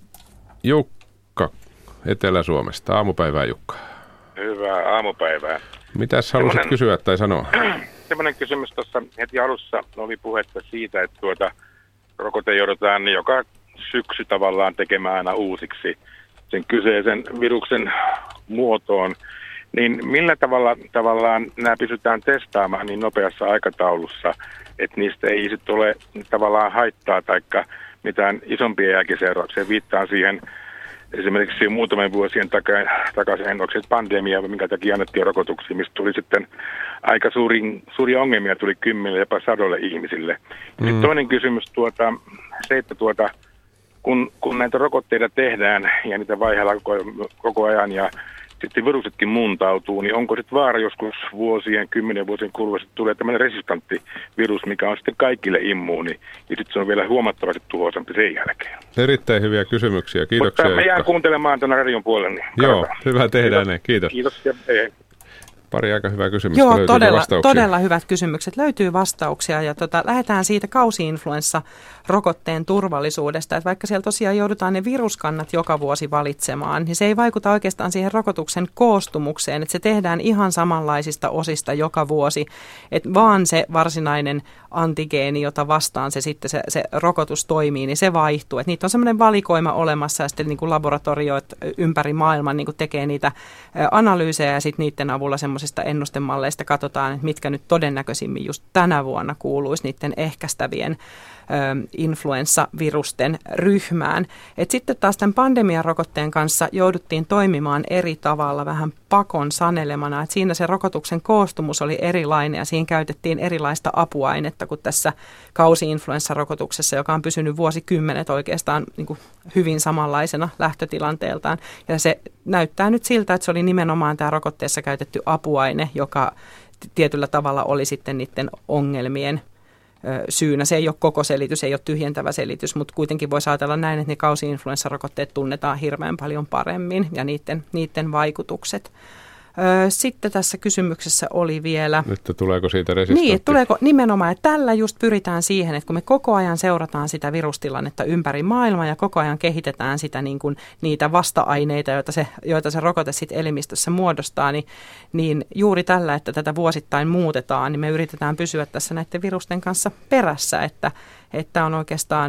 Jukka Etelä-Suomesta. Aamupäivää, Jukka. Hyvää aamupäivää. Mitäs halusit semmoinen, kysyä tai sanoa? Semmoinen kysymys tuossa heti alussa oli puhetta siitä, että tuota rokote joudutaan joka syksy tavallaan tekemään aina uusiksi sen kyseisen viruksen muotoon. Niin millä tavalla tavallaan nämä pystytään testaamaan niin nopeassa aikataulussa, että niistä ei sitten ole tavallaan haittaa tai mitään isompia jälkiseurauksia? Viittaan siihen esimerkiksi muutamien vuosien takaisin, onko se pandemia, minkä takia annettiin rokotuksia, mistä tuli sitten aika suuri, suuria ongelmia, tuli kymmenille, jopa sadolle ihmisille. Mm. Sitten toinen kysymys, tuota, se, että tuota, kun, kun näitä rokotteita tehdään ja niitä vaiheellaan koko, koko ajan ja sitten viruksetkin muuntautuu, niin onko sitten vaara joskus vuosien, kymmenen vuosien kuluessa tulee tämmöinen resistantti virus, mikä on sitten kaikille immuuni, ja sitten se on vielä huomattavasti tuhoisampi sen jälkeen. Erittäin hyviä kysymyksiä, kiitoksia. Mutta me jään kuuntelemaan tänä radion puolella. Niin joo, hyvä tehdään ne, kiitos. Kiitos ja ei. Pari aika hyvää kysymystä. Joo, todella, todella hyvät kysymykset. Löytyy vastauksia ja tota, lähdetään siitä kausi-influenssa-rokotteen turvallisuudesta. Että vaikka siellä tosiaan joudutaan ne viruskannat joka vuosi valitsemaan, niin se ei vaikuta oikeastaan siihen rokotuksen koostumukseen. Että se tehdään ihan samanlaisista osista joka vuosi, että vaan se varsinainen antigeeni, jota vastaan se sitten se, se rokotus toimii, niin se vaihtuu. Että niitä on semmoinen valikoima olemassa ja sitten niin kuin laboratoriot ympäri maailman niin kuin tekee niitä analyysejä ja sitten niiden avulla semmoisista ennustemalleista katsotaan, että mitkä nyt todennäköisimmin just tänä vuonna kuuluisi niiden ehkäistävien influenssavirusten ryhmään. Et sitten taas tämän pandemiarokotteen kanssa jouduttiin toimimaan eri tavalla vähän pakon sanelemana. Et siinä se rokotuksen koostumus oli erilainen ja siinä käytettiin erilaista apuainetta kuin tässä kausi-influenssarokotuksessa, joka on pysynyt vuosikymmenet oikeastaan niin kuin hyvin samanlaisena lähtötilanteeltaan. Ja se näyttää nyt siltä, että se oli nimenomaan tämä rokotteessa käytetty apuaine, joka tietyllä tavalla oli sitten niiden ongelmien syynä. Se ei ole koko selitys, ei ole tyhjentävä selitys, mutta kuitenkin voisi ajatella näin, että ne kausi-influenssarokotteet tunnetaan hirveän paljon paremmin ja niiden, niiden vaikutukset. Sitten tässä kysymyksessä oli vielä... Nyt tuleeko siitä resistantti? Niin, tuleeko nimenomaan, että tällä just pyritään siihen, että kun me koko ajan seurataan sitä virustilannetta ympäri maailmaa ja koko ajan kehitetään sitä niin kuin niitä vasta-aineita, joita se, joita se rokote sitten elimistössä muodostaa, niin, niin juuri tällä, että tätä vuosittain muutetaan, niin me yritetään pysyä tässä näiden virusten kanssa perässä, että, että on oikeastaan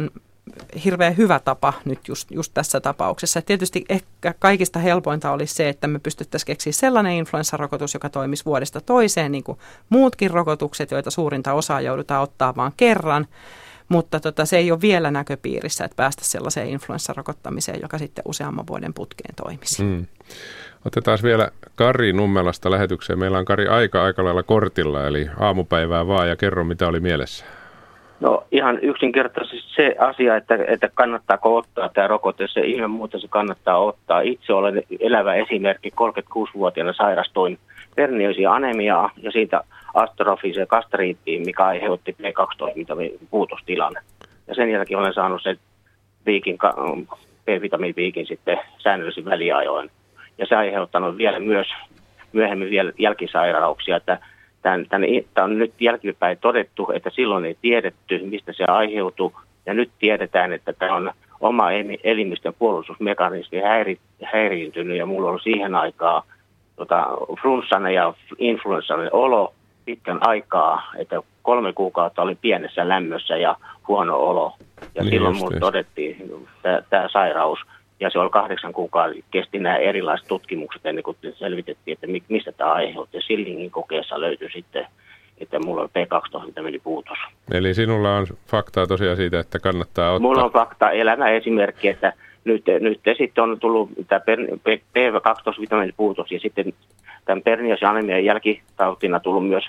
hirveän hyvä tapa nyt just, just tässä tapauksessa. Et tietysti ehkä kaikista helpointa olisi se, että me pystyttäisiin keksiä sellainen influenssarokotus, joka toimisi vuodesta toiseen, niin kuin muutkin rokotukset, joita suurinta osaa joudutaan ottaa vain kerran. Mutta tota, se ei ole vielä näköpiirissä, että päästä sellaiseen influenssarokottamiseen, joka sitten useamman vuoden putkeen toimisi. Mm. Otetaan vielä Kari Nummelasta lähetykseen. Meillä on Kari aika aika lailla kortilla, eli aamupäivää vaan ja kerro, mitä oli mielessä. No ihan yksinkertaisesti se asia, että, että kannattaako ottaa tämä rokote, se ilman muuta se kannattaa ottaa. Itse olen elävä esimerkki, kolmekymmentäkuusivuotiaana sairastuin pernioisia anemiaa ja siitä astrofiseen gastriittiin, mikä aiheutti B kaksitoista-puutostilan. Ja sen jälkeen olen saanut sen viikin, B-vitamiiniviikin sitten säännöllisin väliajoin. Ja se aiheuttanut vielä myös myöhemmin vielä jälkisairauksia, että Tämän, tämän, tämä on nyt jälkipäin todettu, että silloin ei tiedetty, mistä se aiheutuu. Ja nyt tiedetään, että tämä on oma elimistön puolustusmekanismi häiri, häiriintynyt. Ja mulla on siihen aikaa tota, flunssainen ja influenssainen olo pitkän aikaa, että kolme kuukautta oli pienessä lämmössä ja huono olo. Ja niin silloin mulle todettiin tämä, tämä sairaus. Ja se oli kahdeksan kuukautta, kesti nämä erilaiset tutkimukset ennen kuin selvitettiin, että mistä tämä aiheutti. Ja Schillingin kokeessa löytyi sitten, että mulla on B kaksitoista-puutos. Eli sinulla on faktaa tosiaan siitä, että kannattaa ottaa? Mulla on faktaa, elämä esimerkki, että nyt, nyt sitten on tullut tämä B kaksitoista-puutos ja sitten tämän pernios- ja anemian jälkitautina tullut myös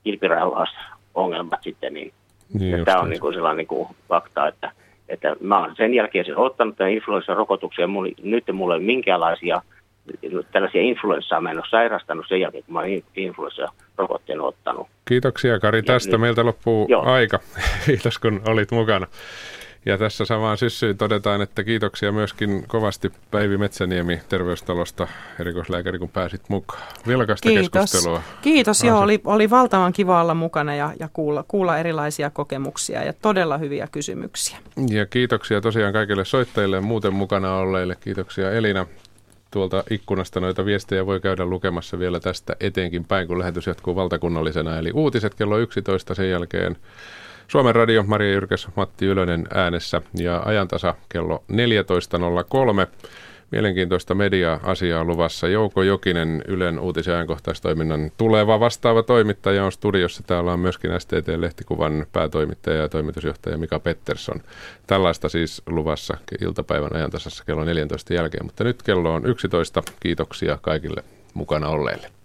kilpirauhasongelmat sitten. Niin, niin tämä on niin kuin sellainen niin kuin fakta, että Että mä oon sen jälkeen sen ottanut tämän influenssarokotuksen ja mulla, nyt mulla ei ole minkäänlaisia tällaisia influenssaa. Mä en ole sairastanut sen jälkeen, kun mä oon influenssarokotteen ottanut. Kiitoksia Kari tästä. Nyt, meiltä loppuu joo. aika. Kiitos kun olit mukana. Ja tässä samaan syssyyn todetaan, että kiitoksia myöskin kovasti Päivi Metsäniemi Terveystalosta, erikoislääkäri, kun pääsit mukaan. Vilkasta Kiitos. keskustelua. Kiitos, joo, oli, oli valtavan kiva olla mukana ja, ja kuulla, kuulla erilaisia kokemuksia ja todella hyviä kysymyksiä. Ja kiitoksia tosiaan kaikille soittajille ja muuten mukana olleille. Kiitoksia Elina. Tuolta ikkunasta noita viestejä voi käydä lukemassa vielä tästä eteenkin päin, kun lähetys jatkuu valtakunnallisena. Eli uutiset kello yksitoista, sen jälkeen Suomen Radio, Maria Jyrkäs, Matti Ylönen äänessä ja ajantasa kello neljätoista nolla kolme. Mielenkiintoista media-asiaa luvassa. Jouko Jokinen, Ylen uutis- ja ajankohtaistoiminnan tuleva vastaava toimittaja on studiossa. Täällä on myöskin S T T-lehtikuvan päätoimittaja ja toimitusjohtaja Mika Pettersson. Tällaista siis luvassa iltapäivän ajantasassa kello neljätoista jälkeen. Mutta nyt kello on yksitoista. Kiitoksia kaikille mukana olleille.